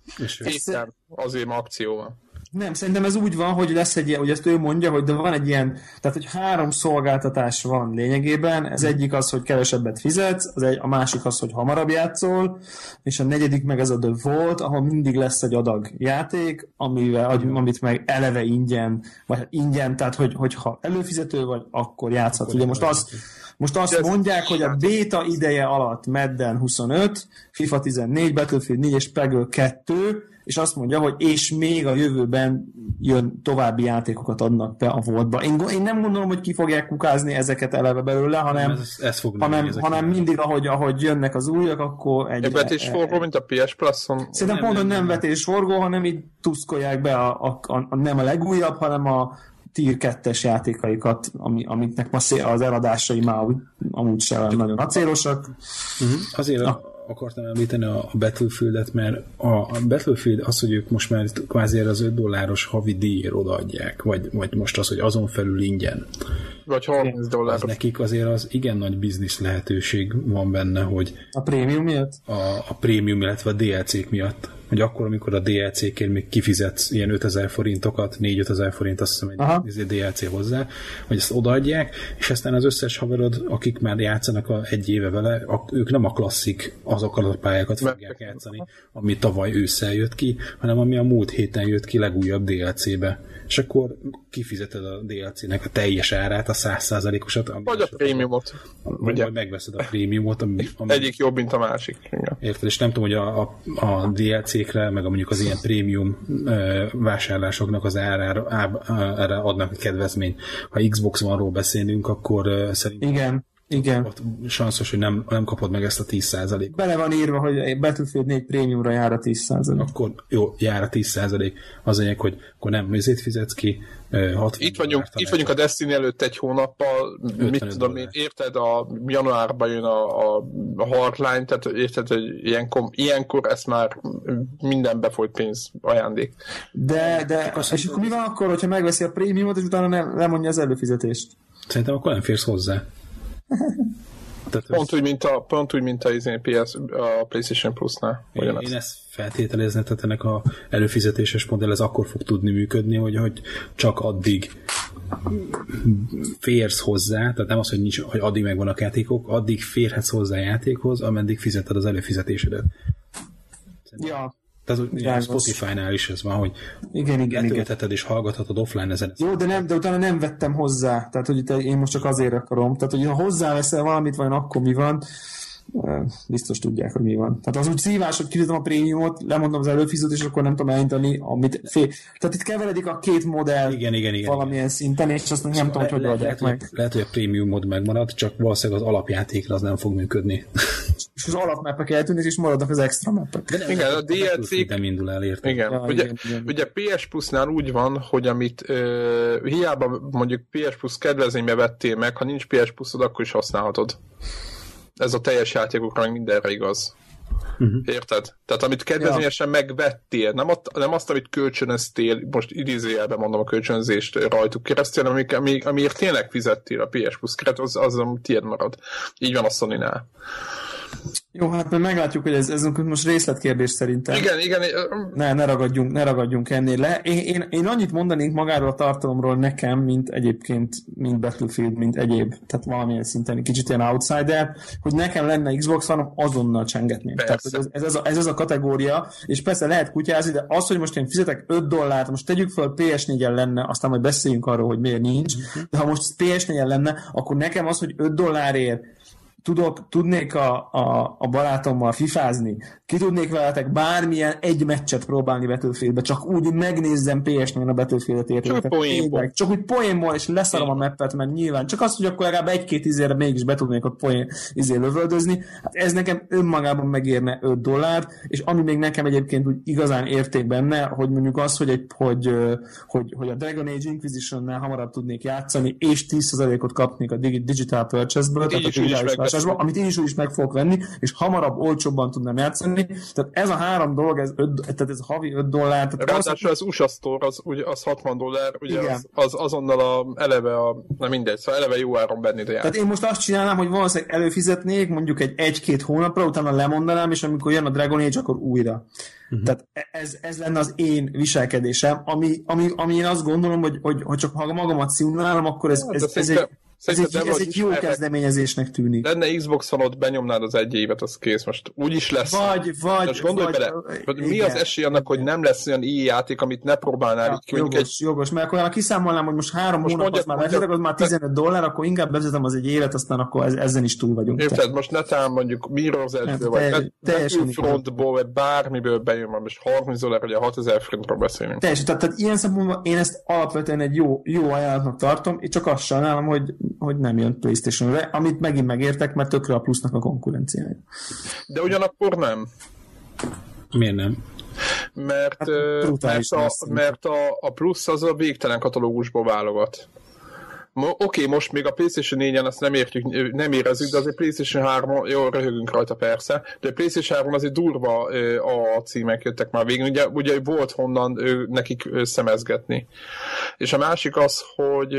Azért ma akció van. Nem, szerintem ez úgy van, hogy lesz egy ilyen, hogy ezt ő mondja, hogy de van egy ilyen, tehát hogy 3 szolgáltatás van lényegében, ez egyik az, hogy kevesebbet fizetsz, a másik az, hogy hamarabb játszol, és a negyedik meg ez a The Vault, ahol mindig lesz egy adag játék, amit meg eleve ingyen, vagy ingyen, tehát hogy ha előfizető vagy, akkor játszhat. Ugye most azt mondják, hogy a beta ideje alatt Madden 25, FIFA 14, Battlefield 4 és Peggle 2, és azt mondja, hogy és még a jövőben jön további játékokat adnak be a Vaultba. Én nem gondolom, hogy ki fogják kukázni ezeket eleve belőle, hanem mindig, ahogy jönnek az újak, akkor egy vetésforgó, mint a PS Plus-on? Szerintem pont, hogy nem vetésforgó, hanem így tuszkolják be nem a legújabb, hanem a Tier 2-es játékaikat, amiknek az eladásai már amúgy sem nagyon acélosak. Azért akartam említeni a Battlefield-et, mert a Battlefield az, hogy ők most már kvázi az $5 havi díjért odaadják, vagy most az, hogy azon felül ingyen. Vagy $30. Az nekik azért az igen nagy biznisz lehetőség van benne, hogy a prémium miatt? A prémium, illetve a DLC-k miatt. Hogy akkor, amikor a DLC-kért még kifizetsz ilyen 5000 forintokat, 4-5 forint, azt hiszem egy DLC hozzá, hogy ezt odaadják, és aztán az összes haverod, akik már játszanak egy éve vele, ők nem a klasszik azokkal a pályákat fogják játszani, ami tavaly ősszel jött ki, hanem ami a múlt héten jött ki legújabb DLC-be. És akkor kifizeted a DLC-nek a teljes árát, a 100%-osat. Vagy a prémiumot. Vagy megveszed a prémiumot. Ami egyik jobb, mint a másik. Igen. Érted? És nem tudom, hogy a DLC-kre, meg mondjuk az ilyen prémium vásárlásoknak az árára adnak a kedvezményt. Ha Xbox One-ról beszélünk, akkor szerintem igen. Ott sanszos, hogy nem kapod meg ezt a 10%-ot. Bele van írva, hogy Battlefield 4 prémiumra jár a 10%. Akkor jó, jár a 10%. Az anyag, hogy akkor nem ezért fizetsz ki. Itt vagyunk a Destiny előtt egy hónappal, mit tudom én, érted, a januárban jön a Hardline, tehát érted, hogy ilyenkor ez már minden befolyt pénz ajándék. De és akkor mi van akkor, hogyha megveszi a prémiumot, és utána lemondja az előfizetést? Szerintem akkor nem férsz hozzá. Pont úgy, mint a PlayStation Plus-nál. Én ezt feltételezni, tehát ennek a előfizetéses modell ez akkor fog tudni működni, hogy csak addig férsz hozzá, tehát nem az, hogy addig megvannak játékok, addig férhetsz hozzá játékhoz, ameddig fizeted az előfizetésedet. Ja. Tehát a Spotify-nál is ez van, hogy letöltheted és hallgathatod offline ezen. Jó, de utána nem vettem hozzá. Tehát, hogy én most csak azért akarom. Tehát, hogy ha hozzáveszel valamit, vagy akkor mi van, biztos tudják, hogy mi van. Tehát az úgy szívás, hogy kifizetem a prémiumot, lemondom az előfizetést, és akkor nem tudom elintani, amit Tehát itt keveredik a két modell igen, valamilyen szinten, és azt nem tudom, hogy adják meg. Lehet, hogy a prémium mod megmarad, csak valószínűleg az alapjátékra az nem fog működni. És az alapmappek eltűnnek, és maradnak az extra mappek. Igen, a DLC-k... Nem indul el, értem. Igen. Ugye PS Plus-nál úgy van, hogy amit hiába mondjuk PS Plus kedvezménybe vettél meg, ha nincs PS Plus-od, akkor is használhatod. Ez a teljes játékokra meg mindenre igaz. Érted? Tehát amit kedvezményesen megvettél, nem azt, amit kölcsönöztél, most idézőjelben mondom a kölcsönzést rajtuk keresztül, amiért tényleg fizettél a PS Plus keret, az tiéd marad. Így van a Sony-nál. Jó, hát meglátjuk, hogy ez most részletkérdés szerintem. Igen. Ne ragadjunk ennél le. Én annyit mondanék magáról a tartalomról nekem, mint egyébként, mint Battlefield, mint egyéb, tehát valamilyen szinten kicsit ilyen outsider, hogy nekem lenne Xbox One, azonnal csengetném. Tehát ez az a kategória, és persze lehet kutyázni, de az, hogy most én fizetek $5, most tegyük fel, PS4-en lenne, aztán majd beszéljünk arról, hogy miért nincs, de ha most PS4-en lenne, akkor nekem az, hogy $5 tudnék a barátommal fifázni, ki tudnék veletek bármilyen egy meccset próbálni Battlefieldbe, csak úgy megnézzem PS4-en a Battlefieldet értéket. Csak úgy poénból, és leszarom a mappet, mert nyilván. Csak az, hogy akkor legalább egy-két izére mégis be tudnék ott lövöldözni. Hát ez nekem önmagában megérne $5, és ami még nekem egyébként úgy igazán érték benne, hogy mondjuk az, hogy a Dragon Age Inquisition-nál hamarabb tudnék játszani, és 10%-ot kapnék a Digital Purchase-ből, tehát a digitális amit én is meg fogok venni, és hamarabb, olcsóbban tudnám játszani. Tehát ez a három dolog, tehát ez a havi $5. Ráadásul az USA Store, az $60, ugye az azonnal nem mindegy, szóval eleve jó áron benni de Tehát én most azt csinálnám, hogy valószínűleg előfizetnék, mondjuk egy-két hónapra, utána lemondanám, és amikor jön a Dragon Age, akkor újra. Tehát ez lenne az én viselkedésem, ami én azt gondolom, hogy csak ha magamat szimulálom, akkor ez egy jó kezdeményezésnek tűnik. Lenne Xbox One-ot, benyomnád az egy évet, az kész. Most úgyis lesz. Most gondolj bele, mi az esély annak, hogy nem lesz olyan ilyen játék, amit ne próbálnál így ki. Jogos, mert akkor ha kiszámolnám, hogy most 3 hónapot már vezetek, az már $15, akkor inkább bevezetem az egy évet, aztán akkor ezen is túl vagyunk. Érted, most netán mondjuk Mirror's Edge-ből, vagy Battlefrontból, vagy bármiből bejön, most $30, vagy a $6000 beszélünk. Teljesen, tehát ilyen szempontból én ezt alapvetően egy jó ajánlatnak tartom, és csak azt sajnálom, hogy nem jön PlayStation-re, amit megint megértek, mert tökre a plusznak a konkurenciája. De ugyanakkor nem. Miért nem? Mert a plusz az a végtelen katalógusból válogat. Oké, most még a PlayStation 4-en azt nem érezzük, de azért PlayStation 3, jó, röhögünk rajta persze, de a PlayStation 3 azért durva a címek jöttek már végén, ugye volt honnan nekik szemezgetni. És a másik az, hogy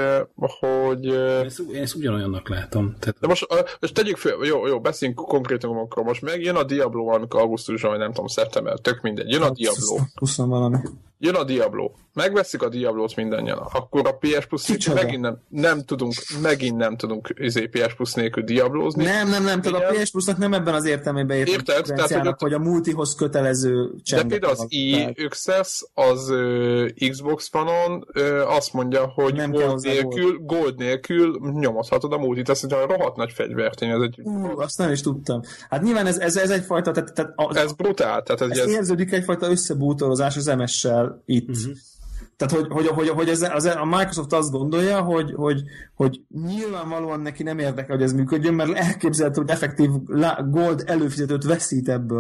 Én ezt ugyanolyannak látom. Tehát... De most tegyük fel, jó, beszéljünk konkrétumokról. Most megjön a Diablo, amikor augusztusban, vagy nem tudom, szeptember, tök mindegy. Jön a Diablo. 20 valami. Jön a Diablo. Megveszik a Diablót mindannyian. Akkor a PS Plus megint nem tudunk PS Plus nélkül diablózni. Nem, tehát a PS Plusnak nem ebben az értelmében értem, hogy a multihoz kötelező csenget. De például az EXS, az Xbox One-on azt mondja, hogy gold nélkül nyomozhatod a multit. Azt mondja, hogy rohadt nagy fegyvertény. Azt nem is tudtam. Hát nyilván ez egyfajta... Ez brutál. Ez érződik egyfajta összebútorozás az MS-sel itt. Tehát, hogy a Microsoft azt gondolja, hogy nyilvánvalóan neki nem érdekel, hogy ez működjön, mert elképzelhető, hogy effektív gold előfizetőt veszít ebből,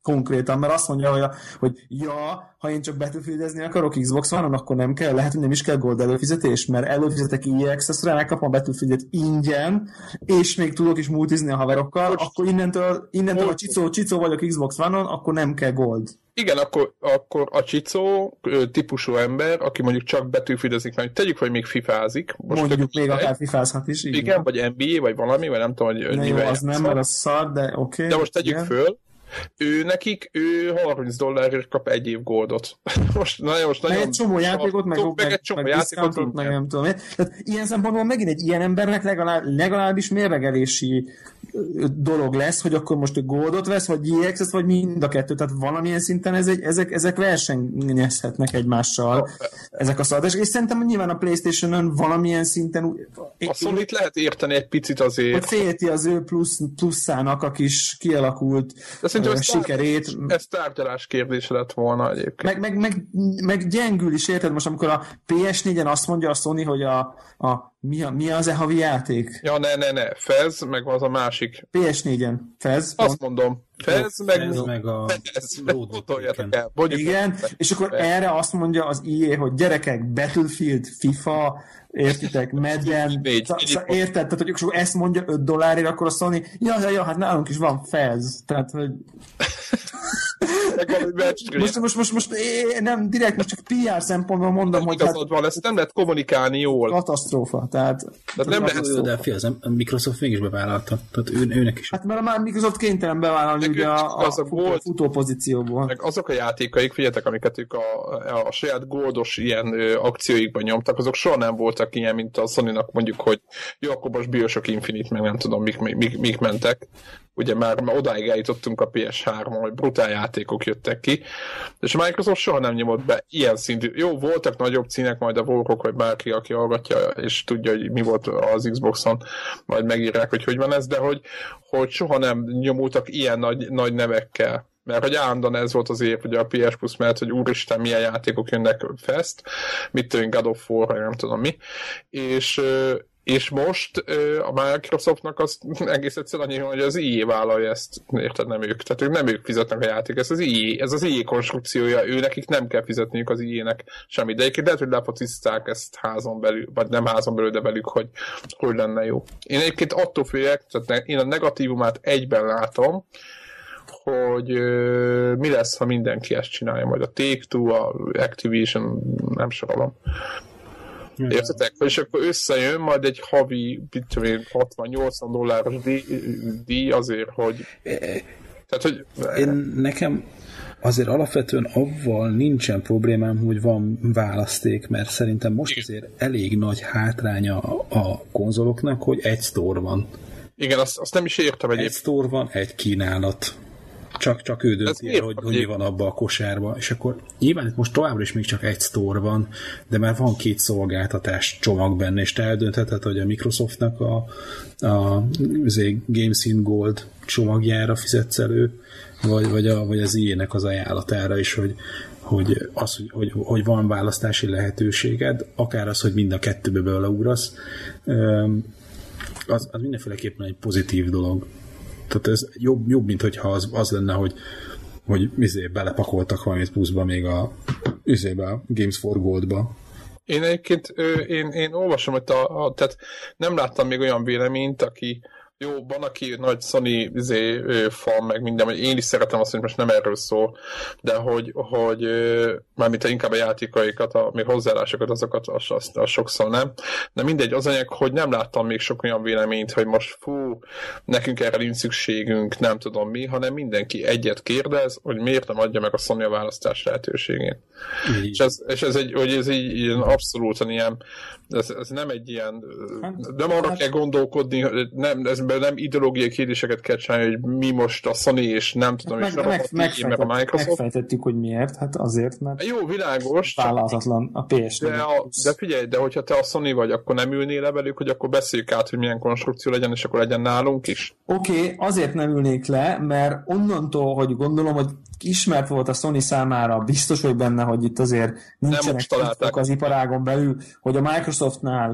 konkrétan, mert azt mondja, hogy ha én csak Battlefieldezni akarok Xbox One-on, akkor nem kell, lehet, hogy nem is kell Gold előfizetés, mert előfizetek EA Access-re, megkapom a Battlefieldet ingyen, és még tudok is multizni a haverokkal, akkor innentől a csicó vagyok Xbox One-on, akkor nem kell Gold. Igen, akkor a csicó típusú ember, aki mondjuk csak Battlefieldezik, mert tegyük, vagy még fifázik. Mondjuk még akár fifázhat is. Igen, vagy NBA, vagy valami, vagy nem tudom, hogy... Jó, az nem, mert az szar, de oké. De most tegyük föl, nekik $30 kap egy év Goldot. Most nagyon... Egy csomó játékot, meg egy csomó játékot, meg nem tudom. Tehát ilyen szempontból megint egy ilyen embernek legalábbis mérlegelési dolog lesz, hogy akkor most ő Goldot vesz, vagy EXS, vagy mind a kettő. Tehát valamilyen szinten ezek versenyezhetnek egymással, ezek a szaltások. És szerintem nyilván a PlayStation-ön valamilyen szinten... A Sony-t lehet érteni egy picit azért. Hogy félti az ő plusszának a kis kialakult sikerét. Ez tárgyalás kérdése lett volna egyébként. Meg gyengül is, érted? Most amikor a PS4-en azt mondja a Sony, hogy mi az havi játék? Ja, ne. Fez, meg az a másik. PS4-en. Fez. Azt mondom. Fez, meg a el. Igen, és akkor erre azt mondja az EA, hogy gyerekek, Battlefield, FIFA, értitek, Madden, érted? Tehát, hogy ezt mondja $5, akkor a Sony, ja, hát nálunk is van Fez. Tehát, hogy... most nem direkt, most csak PR szempontból mondom, hogy igazad van, ezt nem lehet kommunikálni jól. Katasztrófa, tehát nem lehet de a Microsoft mégis bevállalta. Tehát őnek is. Hát mert már Microsoft kénytelen bevállalni ugye a futó pozícióból. Meg azok a játékaik, figyeljetek, amiket ők a saját goldos ilyen akcióikban nyomtak, azok soha nem voltak ilyen, mint a Sony-nak mondjuk, hogy jó, akkor most Bioshock Infinite, meg nem tudom, mik mentek. Ugye már odáig eljutottunk a PS3-on, hogy brutál játékok jöttek ki, és a Microsoft soha nem nyomott be ilyen szintű. Jó, voltak nagyobb cínek, majd a Warhawk, vagy bárki, aki hallgatja, és tudja, hogy mi volt az Xboxon, majd megírják, hogy van ez, de hogy soha nem nyomultak ilyen nagy nevekkel. Mert hogy állandóan ez volt az év, ugye a PS Plus mellett, hogy úristen, milyen játékok jönnek fest, mit tőlünk God of War, nem tudom mi, és most a Microsoftnak az egész egyszerűen annyi, hogy az EA vállalja ezt, érted, nem ők. Tehát nem ők fizetnek a játék, ez az EA konstrukciója, nekik nem kell fizetniük az EA-nek semmit. De egyébként lehet, hogy lefociszták ezt házon belül, vagy nem házon belül, de velük, hogy lenne jó. Én egyébként attól félek, tehát én a negatívumát egyben látom, hogy mi lesz, ha mindenki ezt csinálja, majd a Take-Two, a Activision, nem sorolom. Értetek? És akkor összejön majd egy havi $60-80 díj azért, hogy... Tehát, hogy... Nekem azért alapvetően avval nincsen problémám, hogy van választék, mert szerintem most azért elég nagy hátránya a konzoloknak, hogy egy store van. Igen, azt nem is értem egyébként. Egy store van, egy kínálat. Csak ő dönti el, hogy mi van abba a kosárba. És akkor nyilván itt most továbbra is még csak egy store van, de már van 2 szolgáltatás csomag benne, és te eldöntheted, hogy a Microsoftnak a Games in Gold csomagjára fizetsz elő, vagy az EA-nek az ajánlatára is, hogy van választási lehetőséged, akár az, hogy mind a kettőbe beleugrasz, az mindenféleképpen egy pozitív dolog. Tehát ez jobb mint hogyha az lenne, hogy belepakoltak valamit pluszba még a Games for Goldba. Én egyébként én olvasom, hogy tehát nem láttam még olyan véleményt, aki jó, van, aki nagy Sony fan, meg minden, hogy én is szeretem azt, hogy most nem erről szól, de hogy mármint inkább a játékaikat, még hozzáállásokat, azokat azt sokszor nem. De mindegy, az anyag, hogy nem láttam még sok olyan véleményt, hogy most nekünk erre nincs szükségünk, nem tudom mi, hanem mindenki egyet kérdez, hogy miért nem adja meg a Sony a választás lehetőségét. És ez így abszolút ilyen, ez nem egy ilyen, nem arra kell gondolkodni, nem ideológiai kérdéseket kell csinálni, hogy mi most a Sony és nem tudom, és nem a Microsoft. Megfejtettük, hogy miért, hát azért, mert jó, világos. Vállalhatatlan a PS4. De figyelj, de hogyha te a Sony vagy, akkor nem ülnél le velük, hogy akkor beszéljük át, hogy milyen konstrukció legyen, és akkor legyen nálunk is? Oké, azért nem ülnék le, mert onnantól, hogy gondolom, hogy ismert volt a Sony számára, biztos vagy benne, hogy itt azért nincsenek az iparágon belül, hogy a Microsoftnál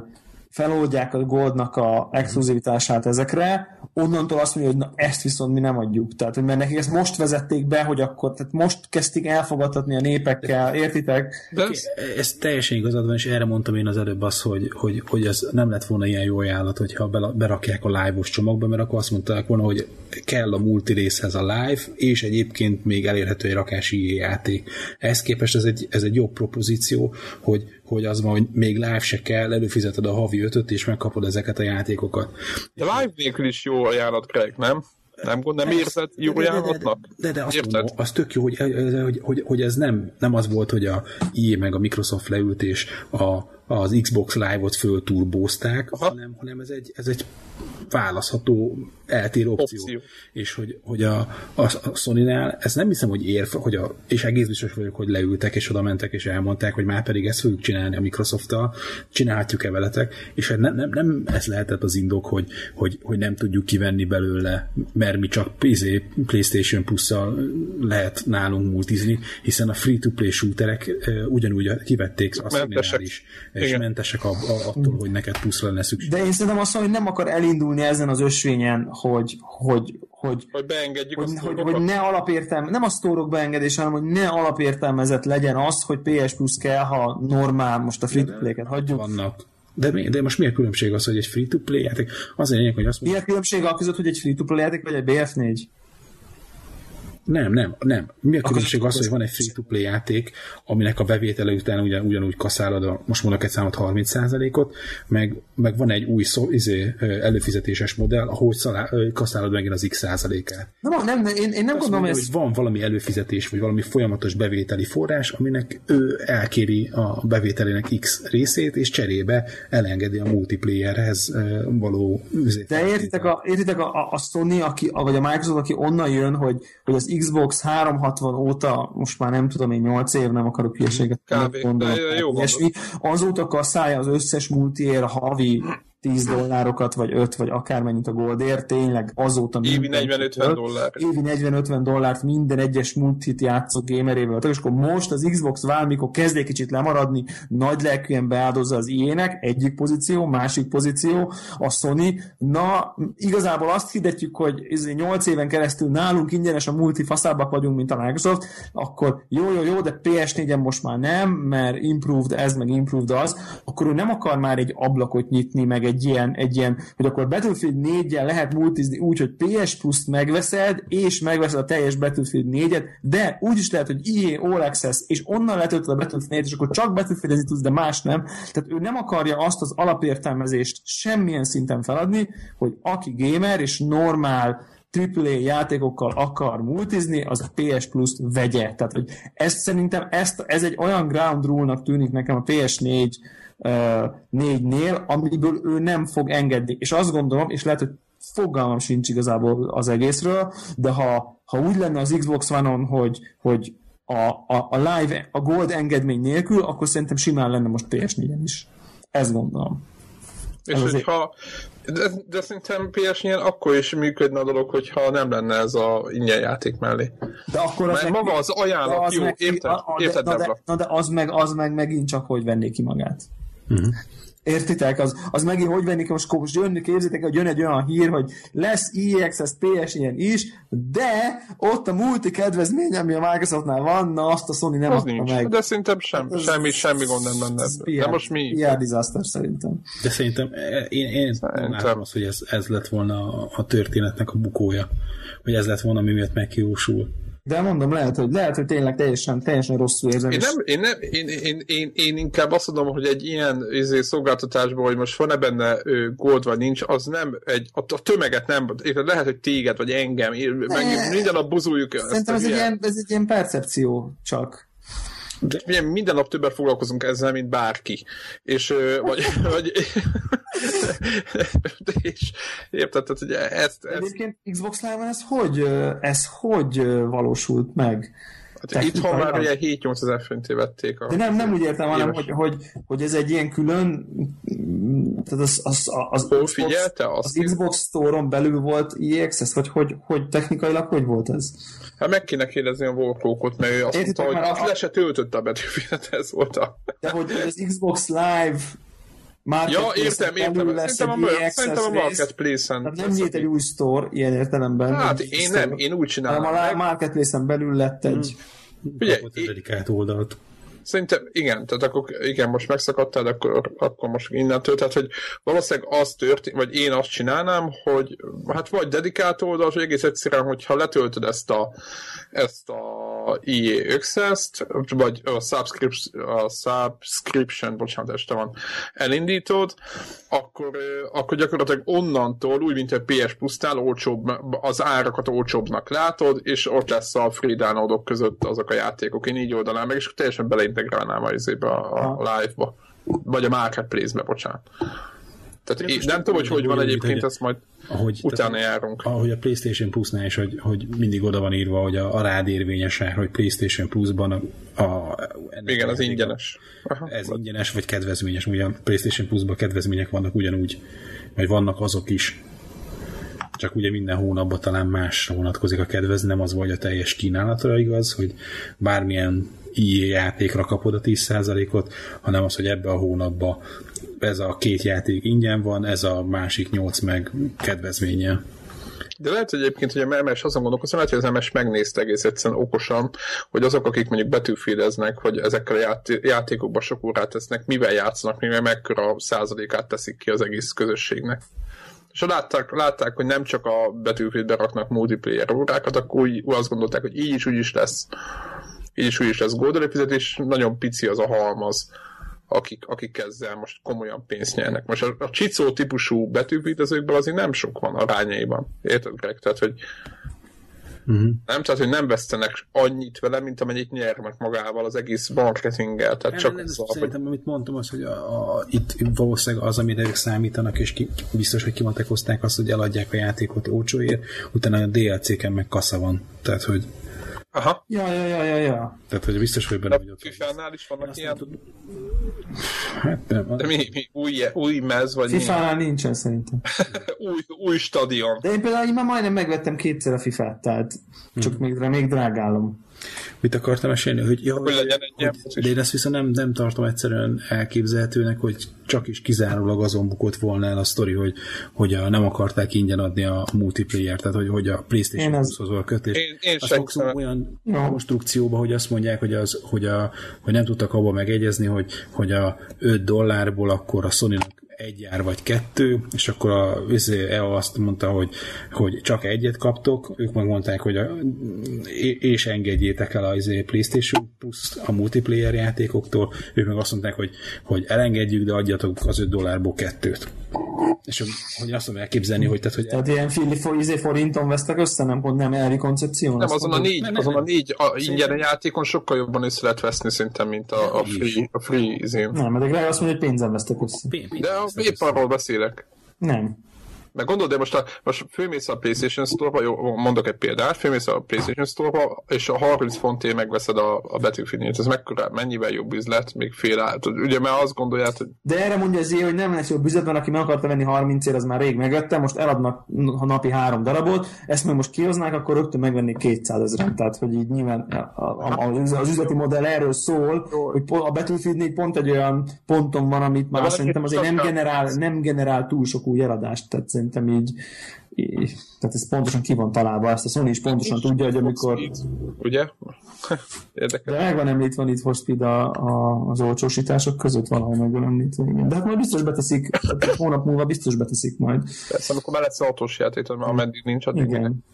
feloldják a Goldnak a exkluzivitását ezekre, onnantól azt mondja, hogy na, ezt viszont mi nem adjuk. Tehát, hogy mert nekik ezt most vezették be, hogy akkor, tehát most kezdték elfogadtatni a népekkel, értitek? De ez teljesen igazad van, és erre mondtam én az előbb azt, hogy ez nem lett volna ilyen jó ajánlat, hogyha berakják a live-os csomagba, mert akkor azt mondták volna, hogy kell a multi részhez a live, és egyébként még elérhető egy rakás EA játék. Ehhez képest ez egy jobb propozíció, hogy az van, hogy még live se kell, előfizeted a havi 5-öt, és megkapod ezeket a játékokat. De live nélkül is jó ajánlat, Craig, nem? Nem érzed jó ajánlatnak? De azt mondom, az tök jó, hogy ez nem az volt, hogy a EA meg a Microsoft leült, és az Xbox Live-ot fölturbózták, hanem ez egy választható, eltérő opció. És hogy a Sony-nál ez nem hiszem, hogy és egész biztos vagyok, hogy leültek, és oda mentek, és elmondták, hogy már pedig ezt fogjuk csinálni a Microsoft-tal, csinálhatjuk-e veletek, és nem ez lehetett az indok, hogy nem tudjuk kivenni belőle, mert mi csak PlayStation Plus-szal lehet nálunk multizni, hiszen a free-to-play shooterek ugyanúgy kivették a Sony-nál is, és mentesek attól, hogy neked pluszra lenne szükség. De én szerintem azt mondom, hogy nem akar elindulni ezen az ösvényen, hogy beengedjük hogy ne alapértelme, nem a sztórok beengedése, hanem hogy ne alapértelmezett legyen az, hogy PS Plus kell, ha normál, most a free-to-play-ket hagyjuk. Vannak. De most mi a különbség az, hogy egy free-to-play játék? Az lényeg, hogy azt mondjuk... Mi a különbség a között, hogy egy free-to-play játék, vagy egy BF4? Nem. Mi a különbség az, hogy van egy free-to-play játék, aminek a bevétele után ugyanúgy kaszálod, most mondok egy számot 30%-ot, meg van egy új előfizetéses modell, ahogy kaszálod megint az x%-át. Én nem gondolom, hogy van valami előfizetés, vagy valami folyamatos bevételi forrás, aminek ő elkéri a bevételének x részét, és cserébe elengedi a multiplayerhez való... De értitek a Sony, vagy a Microsoft, aki onnan jön, hogy az Xbox 360 óta, most már nem tudom én 8 év, nem akarok hülyeséget mondani, azóta kasszálja az összes multiért a havi $10 vagy 5 vagy akármennyit a Goldért, tényleg azóta évi 40-50 dollár. Évi 40-50 dollárt minden egyes multit játszó gamerével. És akkor most az Xbox One, mikor kezd egy kicsit lemaradni, nagy lelkűen beáldozza az ilyenek, egyik pozíció, másik pozíció, a Sony. Na, igazából azt hirdetjük, hogy 8 éven keresztül nálunk ingyenes a multi, faszábbak vagyunk, mint a Microsoft, akkor jó, de PS4-en most már nem, mert improved ez, meg improved az, akkor ő nem akar már egy ablakot nyitni, meg egy ilyen, hogy akkor Battlefield 4-jel lehet multizni úgy, hogy PS Plus-t megveszed, és megveszed a teljes Battlefield 4-et, de úgy is lehet, hogy EA All Access, és onnan letöltöd a Battlefield 4-et, és akkor csak Battlefield-ezni tudsz, de más nem. Tehát ő nem akarja azt az alapértelmezést semmilyen szinten feladni, hogy aki gamer és normál AAA játékokkal akar multizni, az a PS Plus-t vegye. Tehát, hogy ezt szerintem ez egy olyan ground rule-nak tűnik nekem a PS4 4-nél, amiből ő nem fog engedni. És azt gondolom, és lehet, hogy fogalmam sincs igazából az egészről, de ha úgy lenne az Xbox One-on, hogy a live, a Gold engedmény nélkül, akkor szerintem simán lenne most PS4-en is. Ezt gondolom. És hogyha de szerintem PS4-en akkor is működne a dolog, hogyha nem lenne ez a ingyen játék mellé. De akkor az mert maga az ajánlat jó, érted? De az meg megint csak hogy venné ki magát. Uh-huh. Értitek? Az megint hogy vennék, most képzétek, hogy jön egy olyan hír, hogy lesz EA Access PS-en is, de ott a multi kedvezmény, ami a Microsoftnál van, na azt a Sony nem adta meg. De szerintem semmi gond nem lenne. De most mi? PR disaster szerintem. De szerintem én látom azt, hogy ez lett volna a történetnek a bukója. Hogy ez lett volna, ami miatt megkiúsul. De mondom, lehet, hogy tényleg teljesen rosszul érzem. Én inkább azt mondom, hogy egy ilyen szolgáltatásban, hogy most van-e benne gold vagy nincs, az nem a tömeget nem, lehet, hogy téged vagy engem, minden nap buzuljuk. Szerintem ez egy ilyen percepció csak. De minden nap többet foglalkozunk ezzel, mint bárki. És és érted, hogy ezt... Egyébként Xbox Live-on ez hogy valósult meg? Hát itthon már ugye 7-8 ezer fönté vették. De nem úgy értem, hanem hogy ez egy ilyen külön... Tehát az Xbox Store-on belül volt EA Access, vagy hogy technikailag hogy volt ez? Hát meg kéne kérdezni a Warcloakot, mert ő azt mondta, hogy le se töltötte a Battlefield-et, ez volt a... De hogy az Xbox Live értem. Szerintem a Marketplace-en. Tehát nem nyílt egy új store ilyen értelemben. Hát én úgy csinálom. A Marketplace-en belül lett egy... Ugye, dedikált oldalt. Szerintem igen, tehát akkor igen, most megszakadtál, de akkor most innentől, tehát hogy valószínűleg az történt, vagy én azt csinálnám, hogy hát vagy dedikált oldal, vagy egész egyszerűen, hogyha letöltöd ezt a EA Access-t, vagy a subscription, bocsánat, este van, elindítod, akkor gyakorlatilag onnantól, úgy, mint a PS Plus-nál olcsóbb, az árakat olcsóbbnak látod, és ott lesz a free downloadok között azok a játékok. Én így oldalám meg, és teljesen beleintegrálnám a live-ba. Vagy a Marketplace-be, bocsánat. Tehát nem tudom, hogy van egyébként, ezt majd utána járunk. Ahogy a PlayStation Plus-nál is, hogy mindig oda van írva, hogy a rád érvényes ár, hogy PlayStation Plus-ban igen, az ingyenes. Aha. Ez ingyenes, vagy kedvezményes. Ugye a PlayStation Plus-ban kedvezmények vannak ugyanúgy, vagy vannak azok is. Csak ugye minden hónapban talán másra vonatkozik a kedvezmény, nem az vagy a teljes kínálatra igaz, hogy bármilyen EA játékra kapod a 10%-ot, hanem az, hogy ebbe a hónapban ez a 2 játék ingyen van, ez a másik 8 meg kedvezménye. De lehet, hogy egyébként, hogy a MS azon gondolkozom, lehet, hogy az MS megnézte egész egyszerűen okosan, hogy azok, akik mondjuk betűfideznek, hogy ezekkel a játékokban sok órát tesznek, mivel játszanak, mivel mekkora százalékát teszik ki az egész közösségnek. És látták, hogy nem csak a Battlefieldbe raknak multiplayer órákat, akkor azt gondolták, hogy így is úgy is lesz. Így is úgy is lesz gold előfizetés, nagyon pici az a halmaz, akik ezzel most komolyan pénzt nyernek. Most a csicó típusú betűfidezőkben azért nem sok van arányaiban. Érted, Greg? Tehát, hogy nem, tehát, hogy nem vesztenek annyit vele, mint amennyit nyernek magával az egész marketinggel. Tehát csak szerintem, amit mondtam, az, hogy itt valószínűleg az, amire ők számítanak, és biztos, hogy kimatekozták azt, hogy eladják a játékot olcsóért, utána a DLC-ken meg kasza van. Tehát, hogy aha. Ja. Tehát, hogy biztos, hogy benne vagy ott. FIFA-nál is vannak ilyen... Hát nem. De mi új mez, vagy FIFA-nál nincsen szerintem. új stadion. De én például már majdnem megvettem 2-szer a FIFA-t, tehát csak még drágálom. Mit akartam mesélni? Hogy de én ezt viszont nem tartom egyszerűen elképzelhetőnek, hogy csak is kizárólag azon bukott volna el a sztori, hogy nem akarták ingyen adni a multiplayer, tehát hogy a PlayStation Plus-hoz való kötés. Azt fogszunk olyan konstrukcióba, hogy azt mondják, hogy nem tudtak abba megegyezni, hogy a $5 akkor a Sony-nak 1 jár vagy 2, és akkor az EA azt mondta, hogy csak 1 kaptok, ők megmondták, hogy és engedjétek el a PlayStation Plus a multiplayer játékoktól, ők meg azt mondták, hogy elengedjük, de adjatok az $5 2-t. És hogy azt tudom elképzelni, hogy... Tehát ilyen forinton vesztek össze, nem elvi koncepció? Nem, azon a 4 ingyen játékon sokkal jobban össze lehet veszni szerintem, mint a free izén. Nem, mert Greg azt mondja, hogy pénzen vesztek össze. De épp arról beszélek. Nem. Mert gondolod, de most fölmész a PlayStation Store-ba, jó, mondok egy példát, fölmész a PlayStation Store-ba, és a 30 fontért megveszed a Battlefield-et, ez mennyivel jobb üzlet, még fél állt. Ugye, mert azt gondolják, hogy... De erre mondja az hogy nem lesz jobb üzlet, mert aki meg akarta venni 30-ért, az már rég megvette, most eladnak napi 3 darabot, ezt meg most kihoznák, akkor rögtön megvenni 200 000-en. Tehát, hogy így nyilván az üzleti modell erről szól, hogy a Battlefield 4 pont egy olyan ponton van, amit már szerintem azért nem generál túl sok új eladást. Tehát szerintem így, tehát ez pontosan ki van találva, ezt a Sony is pontosan tudja, hogy amikor... Ugye? Érdekes. De meg van említve itt for Speed az olcsósítások között, valahol meg van említve, igen. De hát majd biztos beteszik, hónap múlva biztos beteszik majd. Persze, amikor már lesz autós játék, ameddig nincs, addig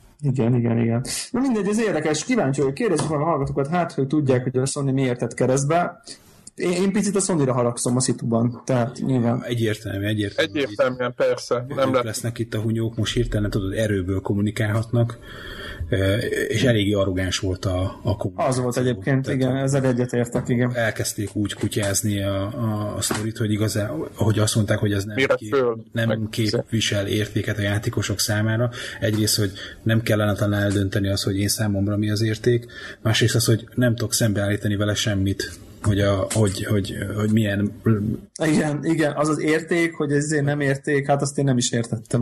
igen. Na mindegy, ez érdekes, kíváncsi, hogy kérdezzük meg a hallgatókat, hát, hogy tudják, hogy a Sony miért tett keresztbe. Én picit a Sonyra haragszom a szituban, tehát nyilván. Egyértelműen, persze. Nem lesznek itt a hunyók, most hirtelen tudod, erőből kommunikálhatnak, és eléggé arrogáns volt a kommunikáció. Az volt egyébként, tehát, igen, ezzel egyetértek, igen. Elkezdték úgy kutyázni a sztorit, hogy igazán, ahogy azt mondták, hogy ez nem képvisel értéket a játékosok számára. Egyrészt, hogy nem kellene talán eldönteni az, hogy én számomra mi az érték, másrészt az, hogy nem tudok szembeállítani vele semmit. hogy milyen... Igen, az az érték, hogy ez nem érték, hát azt én nem is értettem.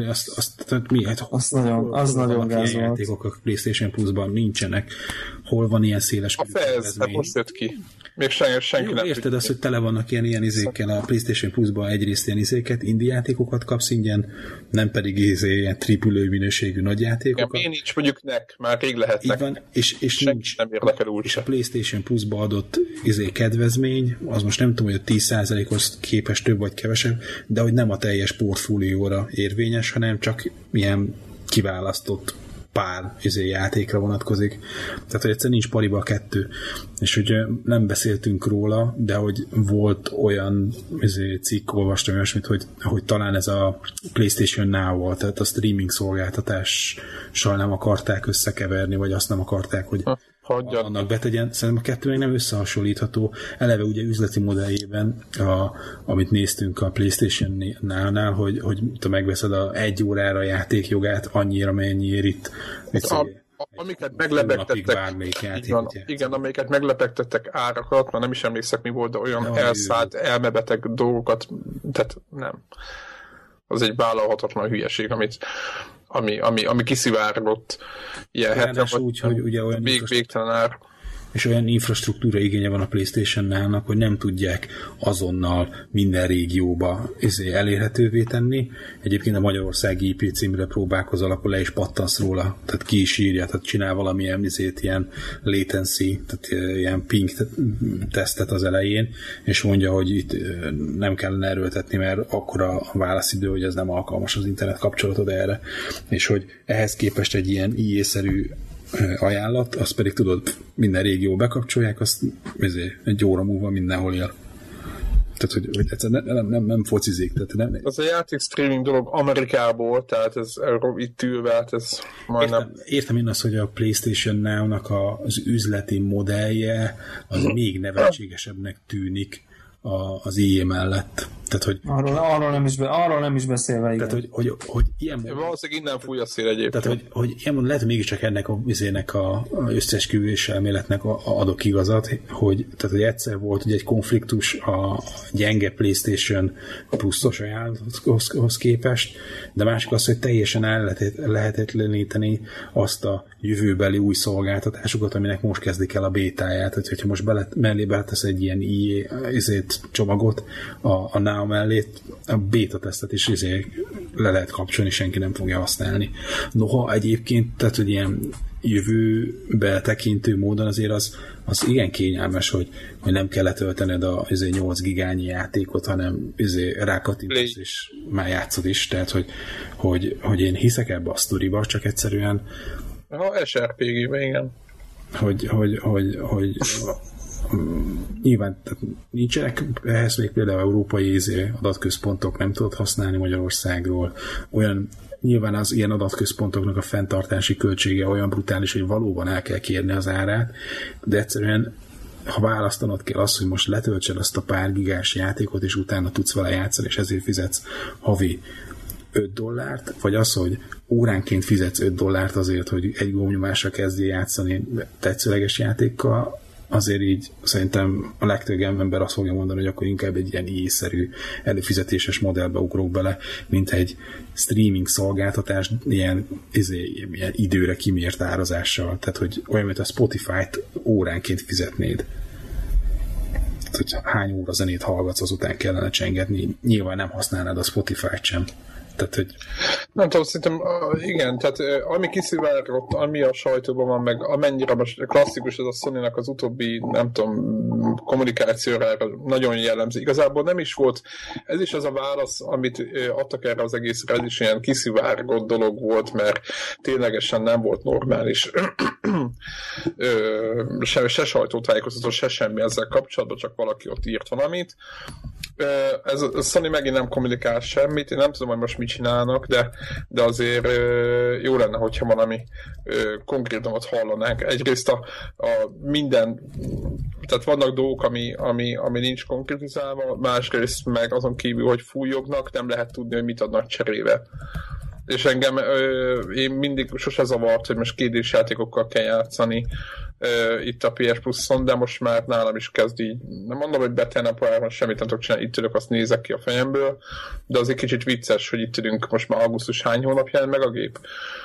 Az nagyon gáz volt. Játékok a PlayStation Plus-ban nincsenek, hol van ilyen széles... A Fez, hát most jött ki. Még senki nem érted azt, hogy tele vannak ilyen izékkel a PlayStation Plus-ban, egyrészt ilyen izéket, indie játékokat kapsz ingyen, nem pedig ilyen tripülő minőségű nagy játékokat. Én nincs, mondjuk már rég lehetnek. Van, és nincs, nem érdekel úgy. És a PlayStation Plus-ba adott kedvezmény, az most nem tudom, hogy a 10%-hoz képest több vagy kevesebb, de hogy nem a teljes portfólióra érvényes, hanem csak ilyen kiválasztott pár játékra vonatkozik. Tehát, hogy egyszerűen nincs pariba a kettő. És hogy nem beszéltünk róla, de hogy volt olyan cikk, olvastam olyasmit, hogy talán ez a PlayStation Now volt, tehát a streaming szolgáltatással nem akarták összekeverni, vagy azt nem akarták, hogy annak betegyen. Szerintem a kettő még nem összehasonlítható. Eleve ugye üzleti modelljében, amit néztünk a PlayStation Now-nál, hogy te megveszed a 1 órára a játékjogát annyira, mennyiért itt amiket meglepegtettek, igen, amiket meglepegtettek árakat, már nem is emlékszek mi volt, de olyan elszállt, elmebeteg dolgokat, tehát nem. Az egy vállalhatatlan hülyeség, ami kiszivárgott ilyen 70 úgy, hogy ugye olyan végtelen ár. És olyan infrastruktúra igénye van a PlayStation-nálnak, hogy nem tudják azonnal minden régióba elérhetővé tenni. Egyébként a magyarországi IP címre próbálkozol, akkor le is pattansz róla, tehát ki is írja, tehát csinál valamilyen ilyen latency, tehát ilyen ping tesztet az elején, és mondja, hogy itt nem kellene erőltetni, mert akkora a válaszidő, hogy ez nem alkalmas az internet kapcsolatod erre. És hogy ehhez képest egy ilyen IE-szerű ajánlat, azt pedig tudod, minden régió bekapcsolják, azt egy óra múlva mindenhol él. Tehát, hogy egyszerűen nem focizik. Tehát nem... Az a játék streaming dolog Amerikából, tehát ez itt ülve, hát ez majdnem... Értem én azt, hogy a PlayStation Now-nak az üzleti modellje az még nevetségesebbnek tűnik az IE mellett. Tehát, hogy arról nem is beszélve, igen. Tehát, hogy ilyen módon... Valószínűleg innen fúj a szél egyébként. Tehát, hogy ilyen módon lehet, hogy mégiscsak ennek a összeesküvés elméletnek adok igazat, hogy egyszer volt ugye egy konfliktus a gyenge PlayStation Plus-os ajánlathoz képest, de másik az, hogy teljesen lehetetleníteni azt a jövőbeli új szolgáltatásokat, aminek most kezdik el a bétáját. Hogyha most mellé beletesz egy ilyen csomagot a Now mellé, a beta tesztet is le lehet kapcsolni, senki nem fogja használni. Noha egyébként, tehát hogy ilyen jövőbe tekintő módon azért az igen kényelmes, hogy nem kell letöltened a 8 gigányi játékot, hanem rákattintasz és már játszod is, tehát hogy én hiszek ebbe a sztoriba, csak egyszerűen SRPG-ben, igen. Hogy nyilván nincsenek ehhez még például európai adatközpontok, nem tudod használni Magyarországról. Olyan nyilván az ilyen adatközpontoknak a fenntartási költsége olyan brutális, hogy valóban el kell kérni az árát, de egyszerűen ha választanod kell azt, hogy most letöltsed azt a pár gigás játékot, és utána tudsz vele játszani, és ezért fizetsz havi $5, vagy az, hogy óránként fizetsz $5 azért, hogy egy gombnyomásra kezdjél játszani tetszőleges játékkal, azért így szerintem a legtöbb ember azt fogja mondani, hogy akkor inkább egy ilyen IE-szerű előfizetéses modellbe ugrok bele, mint egy streaming szolgáltatás ilyen időre kimért árazással. Tehát, hogy olyan, mint a Spotify-t óránként fizetnéd. Tehát, hogy hány óra zenét hallgatsz, azután kellene csengetni. Nyilván nem használnád a Spotify-t sem. Tehát, hogy... Nem tudom, szerintem igen, tehát ami kiszivárgott, ami a sajtóban van, meg amennyire most klasszikus ez a Sony-nak az utóbbi, nem tudom, kommunikációra nagyon jellemző. Igazából nem is volt, ez is az a válasz, amit adtak erre az egészre, ez is ilyen kiszivárgott dolog volt, mert ténylegesen nem volt normális se sajtótájékoztató, se semmi ezzel kapcsolatban, csak valaki ott írt valamit. Ez a Sony megint nem kommunikál semmit, én nem tudom, hogy most mit csinálnak, de azért jó lenne, hogyha valami konkrétumot hallanánk. Egyrészt a minden, tehát vannak dolgok, ami nincs konkrétizálva, másrészt meg azon kívül, hogy fújognak, nem lehet tudni, hogy mit adnak cserébe. És engem én mindig sose zavart, hogy most 2D-s játékokkal kell játszani itt a PS Plus-on, de most már nálam is kezd így, nem mondom, hogy betelnapolában semmit nem tudok csinálni, itt ülök, azt nézek ki a fejemből, de az egy kicsit vicces, hogy itt ülünk, most már augusztus hány hónap jelent meg a gép?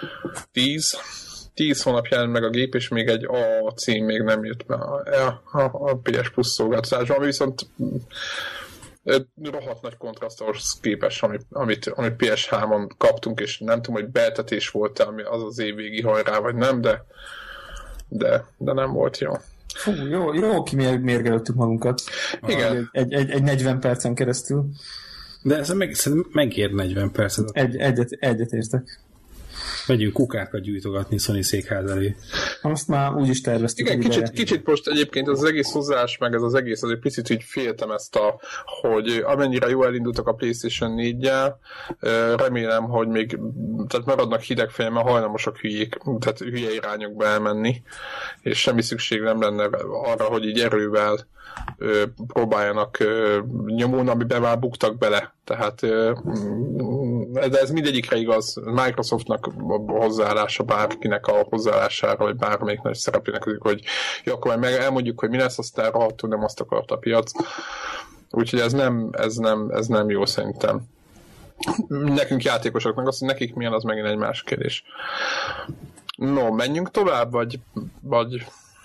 10 hónap jelent meg a gép, és még egy A cím még nem jött be a PS Plus szolgáltatásban, ami viszont rohadt nagy kontraszt ahhoz képest, amit PS3-on kaptunk, és nem tudom, hogy beltetés volt-e, ami az évvégi hajrá, vagy nem, de nem volt jó. Fú, jó kimérgelődtük magunkat. Igen. Egy 40 percen keresztül. De ez szerintem megér 40 percet. Egyet értek. Megyünk kukákat gyújtogatni Sony székház elé. Azt már úgy is terveztük. Igen, kicsit most egyébként az egész hozzáállás, meg ez az egész, azért picit így féltem hogy amennyire jól elindultak a PlayStation 4-jel, remélem, hogy még tehát maradnak hideg fejem, mert hajlamosak tehát hülye irányokba elmenni, és semmi szükség nem lenne arra, hogy így erővel próbáljanak nyomulni, amiben már buktak bele. Tehát de ez mindegyikre igaz. Microsoftnak a hozzáállása, bárkinek a hozzáállására, vagy bármelyik nagy szereplőnek, hogy jó, akkor majd elmondjuk, hogy mi lesz, aztán rohadtul nem azt akart a piac. Úgyhogy ez nem jó szerintem. Nekünk játékosoknak, azt, hogy nekik milyen, az megint egy más kérdés. No, menjünk tovább, vagy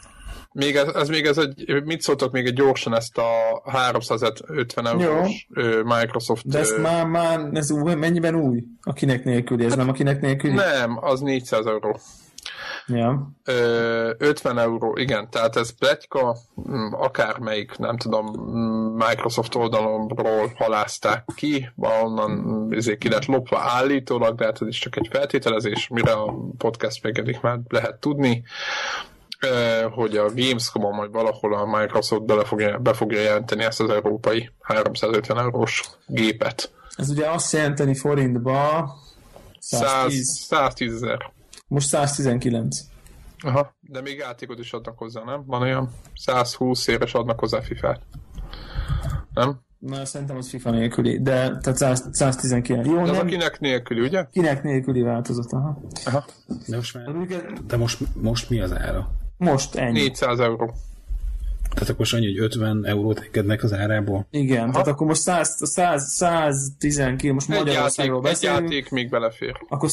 mit szóltok még egy gyorsan ezt a 350 eurós Microsoft... De ezt már ez mennyiben új? Akinek nélküli? Ez nem akinek nélküli? Nem, az 400 euró. Ja. 50 euró, igen, tehát ez pletyka, akármelyik, nem tudom, Microsoft oldalonról halázták ki, onnan ki lett lopva állítólag, de hát ez is csak egy feltételezés, mire a podcast megedik, már lehet tudni, hogy a Gamescom-on majd valahol a Microsoft be fogja jelenteni ezt az európai 350 eurós gépet. Ez ugye azt jelenteni forintba 110 000. Most 119. Aha, de még játékot is adnak hozzá, nem? Van olyan 120 éves adnak hozzá FIFA-t. Nem? Na, szerintem az FIFA nélküli, de tehát 119. Jó, de az nem? akinek nélküli, ugye? Kinek nélküli változat, aha. De most mi az ára? Most ennyi. 400 euró. Tehát akkor annyi, hogy 50 eurót engednek az árából? Igen, tehát akkor most 119, most Magyarországról beszélünk. Egy játék még belefér. Akkor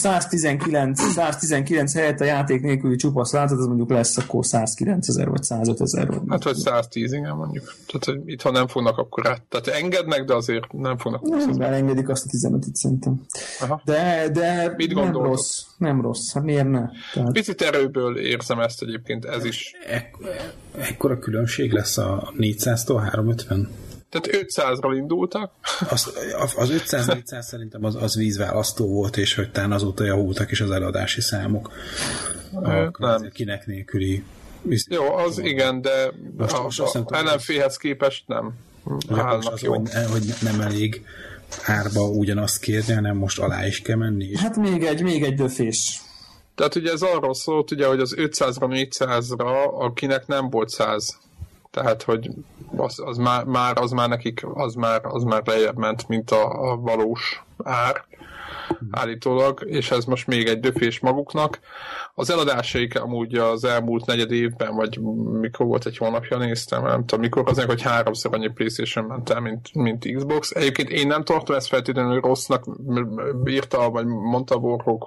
119 helyett a játék nélküli csupasz látod, az mondjuk lesz akkor 109 000 vagy 105 000. Hát vagy 110, igen, mondjuk. Tehát itthon nem fognak akkor át. Tehát engednek, de azért nem fognak. Nem, engedik azt a 15-et szerintem. Aha. De mit nem rossz. Hát miért ne? Tehát... Picit erőből érzem ezt egyébként, ez is. Ekkora különbség lesz a 400-tól 350? Tehát 500-ral indultak. Az 500-400 szerintem az vízválasztó volt, és hogy talán azóta javultak is az eladási számok. Nem. Kinek nélküli. Jó, az igen, de az ellenfélhez képest nem állnak jó. Hogy nem elég árba ugyanazt kérni, hanem most alá is kell menni. Hát még egy döfés. Tehát ugye ez arról szólt, ugye, hogy az 500-ra 400-ra, akinek nem volt 100. Tehát, hogy az már nekik, az már lejjebb ment, mint a valós ár állítólag, és ez most még egy döfés maguknak. Az eladásaik amúgy az elmúlt negyed évben, vagy mikor volt, egy hónapja néztem, nem tudom mikor, azért, hogy 3-szor annyi PlayStation ment el, mint Xbox. Egyébként én nem tartom ezt feltétlenül rossznak, írta, vagy mondta Warhawk,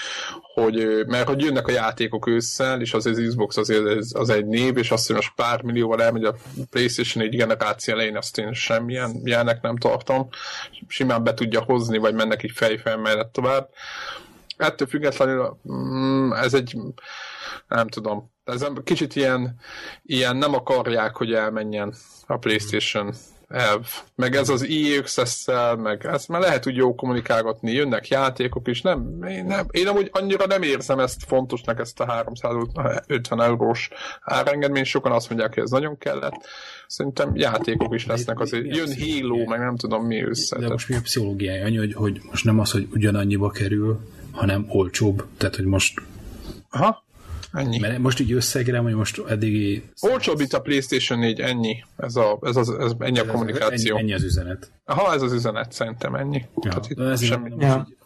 mert hogy jönnek a játékok ősszel, és azért az Xbox az egy név, és azt, hogy most pár millióval elmegy a PlayStation 4 generáció elején, azt én semmilyen ilyenek nem tartom. Simán be tudja hozni, vagy mennek így fejfel mellett tovább. Ettől függetlenül ez egy, nem tudom, ez kicsit ilyen nem akarják, hogy elmenjen a PlayStation elv. Meg ez az EA Access-szel, meg ezt már lehet úgy jó kommunikálgatni, jönnek játékok is, én amúgy annyira nem érzem ezt fontosnak, ezt a 350 eurós árengedmény, sokan azt mondják, hogy ez nagyon kellett. Szerintem játékok is lesznek, azért jön Halo, meg nem tudom mi össze. De most mi a pszichológiája, annyi, hogy most nem az, hogy ugyanannyiba kerül, hanem olcsóbb, tehát hogy most... Aha. Ennyi. Mert most így összegre, hogy most eddigi... Olcsóbb itt a PlayStation 4, ennyi. Ez ennyi a kommunikáció. Ennyi az üzenet. Aha, ez az üzenet, szerintem ennyi. Ja. Tehát itt semmi. Ja.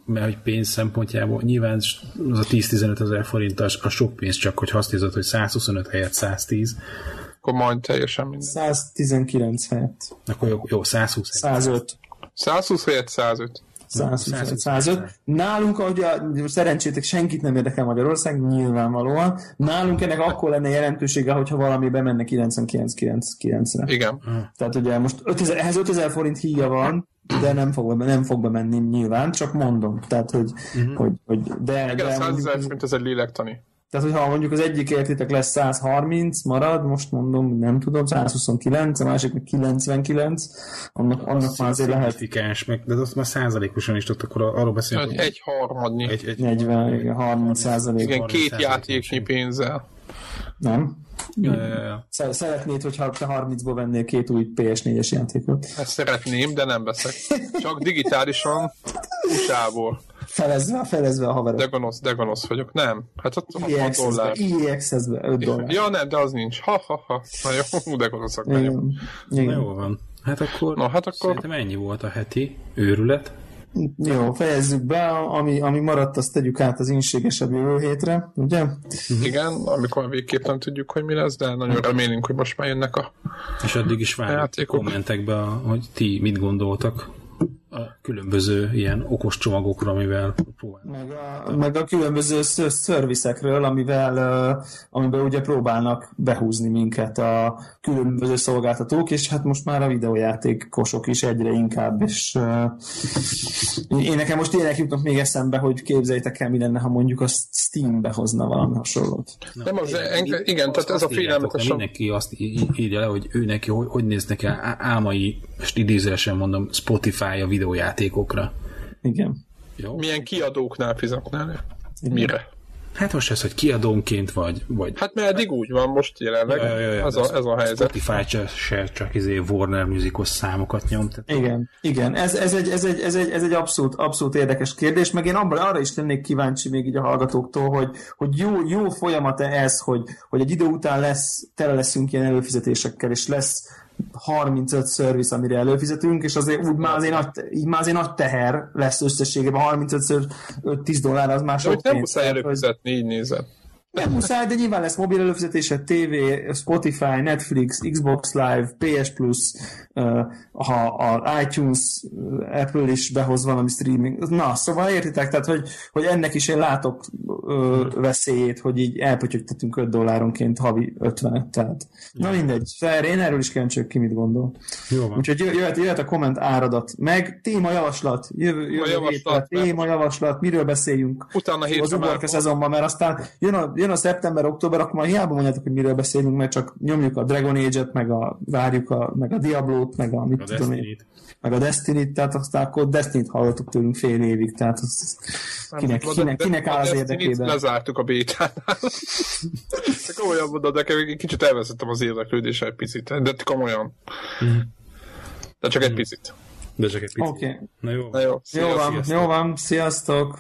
mert hogy pénz szempontjából nyilván az a 10-15 ezer forint a sok pénz, csak hogy azt nézed, hogy 125 helyett 110. Akkor majd teljesen minden. 119 helyett. Akkor jó 120 105. 120 helyett 105. 105. Nálunk, ahogy szerencsétek senkit nem érdekel Magyarország, nyilvánvalóan. Nálunk ennek akkor lenne jelentősége, hogyha valami bemenne 99,9-re. Igen. Tehát ugye most ehhez 5000 forint híja van, de nem fog bemenni nyilván, csak mondom. Tehát, hogy de 100 000 forint ez egy lélektani. Tehát, hogyha mondjuk az egyik értétek lesz 130, marad, most mondom, nem tudom, 129, a másik meg 99, annak már azért lehet. De azt már százalékosan is tudtok, akkor arról beszélünk. Hogy egy harmadnyi. 40, 30%. Igen, 2 játéknyi pénzzel. Nem? Ja. Szeretnéd, hogyha te 30-ból vennél 2 új PS4-es játékot? Ezt szeretném, de nem veszek. Csak digitálisan USA-ból. Felezve a haverok. De gonosz vagyok. Nem. Hát ott EXS-be 5 dollár. Ja, nem, de az nincs. Ha. Na jó, de gonoszak vagyok. Na jó van. Hát akkor szerintem ennyi volt a heti őrület. Jó, fejezzük be, ami maradt, azt tegyük át az inségesebb jövő hétre, ugye? Igen, amikor végképp nem tudjuk, hogy mi lesz, de nagyon remélünk, hogy most már jönnek a és addig is várjuk kommentekbe, hogy ti mit gondoltak a különböző ilyen okos csomagokra, amivel próbálnak. Meg a különböző szervizekről, amivel ugye próbálnak behúzni minket a különböző szolgáltatók, és hát most már a videójátékosok is egyre inkább, és én nekem most ilyenek jutnak még eszembe, hogy képzeljétek el, mi lenne, ha mondjuk a Steam-be hozna valami hasonlót. Nem az, igen, tehát ez a félelmetes. Mindenki azt írja le, hogy ő neki hogy néznek el álmai, most idézősen mondom, Spotify a videójátékokra. Igen. Jó? Milyen kiadóknál fizetnél? Mire? Hát most ez, hogy kiadónként vagy... Hát mert eddig úgy van most jelenleg. Ez a helyzet. Spotify csak Warner Musicos számokat nyom. Igen. Ez egy abszolút érdekes kérdés, meg én arra is lennék kíváncsi még így a hallgatóktól, hogy jó folyamat-e ez, hogy egy idő után tele leszünk ilyen előfizetésekkel, és lesz 35 szerviz, amire előfizetünk, és azért úgy már azért nagy teher lesz összességében, 35-ször 10 dollár, az már sok pénz. Nem muszáj előfizetni, így nézed. Nem muszáj, de nyilván lesz mobil előfizetése, TV, Spotify, Netflix, Xbox Live, PS Plus, ha a iTunes, Apple is behoz valami streaming. Na, szóval értitek, tehát, hogy ennek is én látok veszélyét, hogy így elpötyögtetünk 5 dolláronként havi 50-et, tehát. Na mindegy, én erről is kíváncsi, ki mit gondol. Úgyhogy jöhet a komment áradat, meg témajavaslat, jövő hétre, témajavaslat, miről beszéljünk utána az uborka szezonban, mert aztán jön a szeptember-október, akkor már hiába mondjátok, hogy miről beszélünk, mert csak nyomjuk a Dragon Age-et, várjuk meg a Diablo-t, meg a Destiny-t, tehát aztán akkor Destiny-t hallottuk tőlünk fél évig, tehát kinek áll az érdekében. Lezártuk a bétánál. Komolyan mondod, nekem egy kicsit elveszettem az érdeklődésre egy picit, de komolyan. De csak egy picit. Oké. Na jó. Jó van, sziasztok!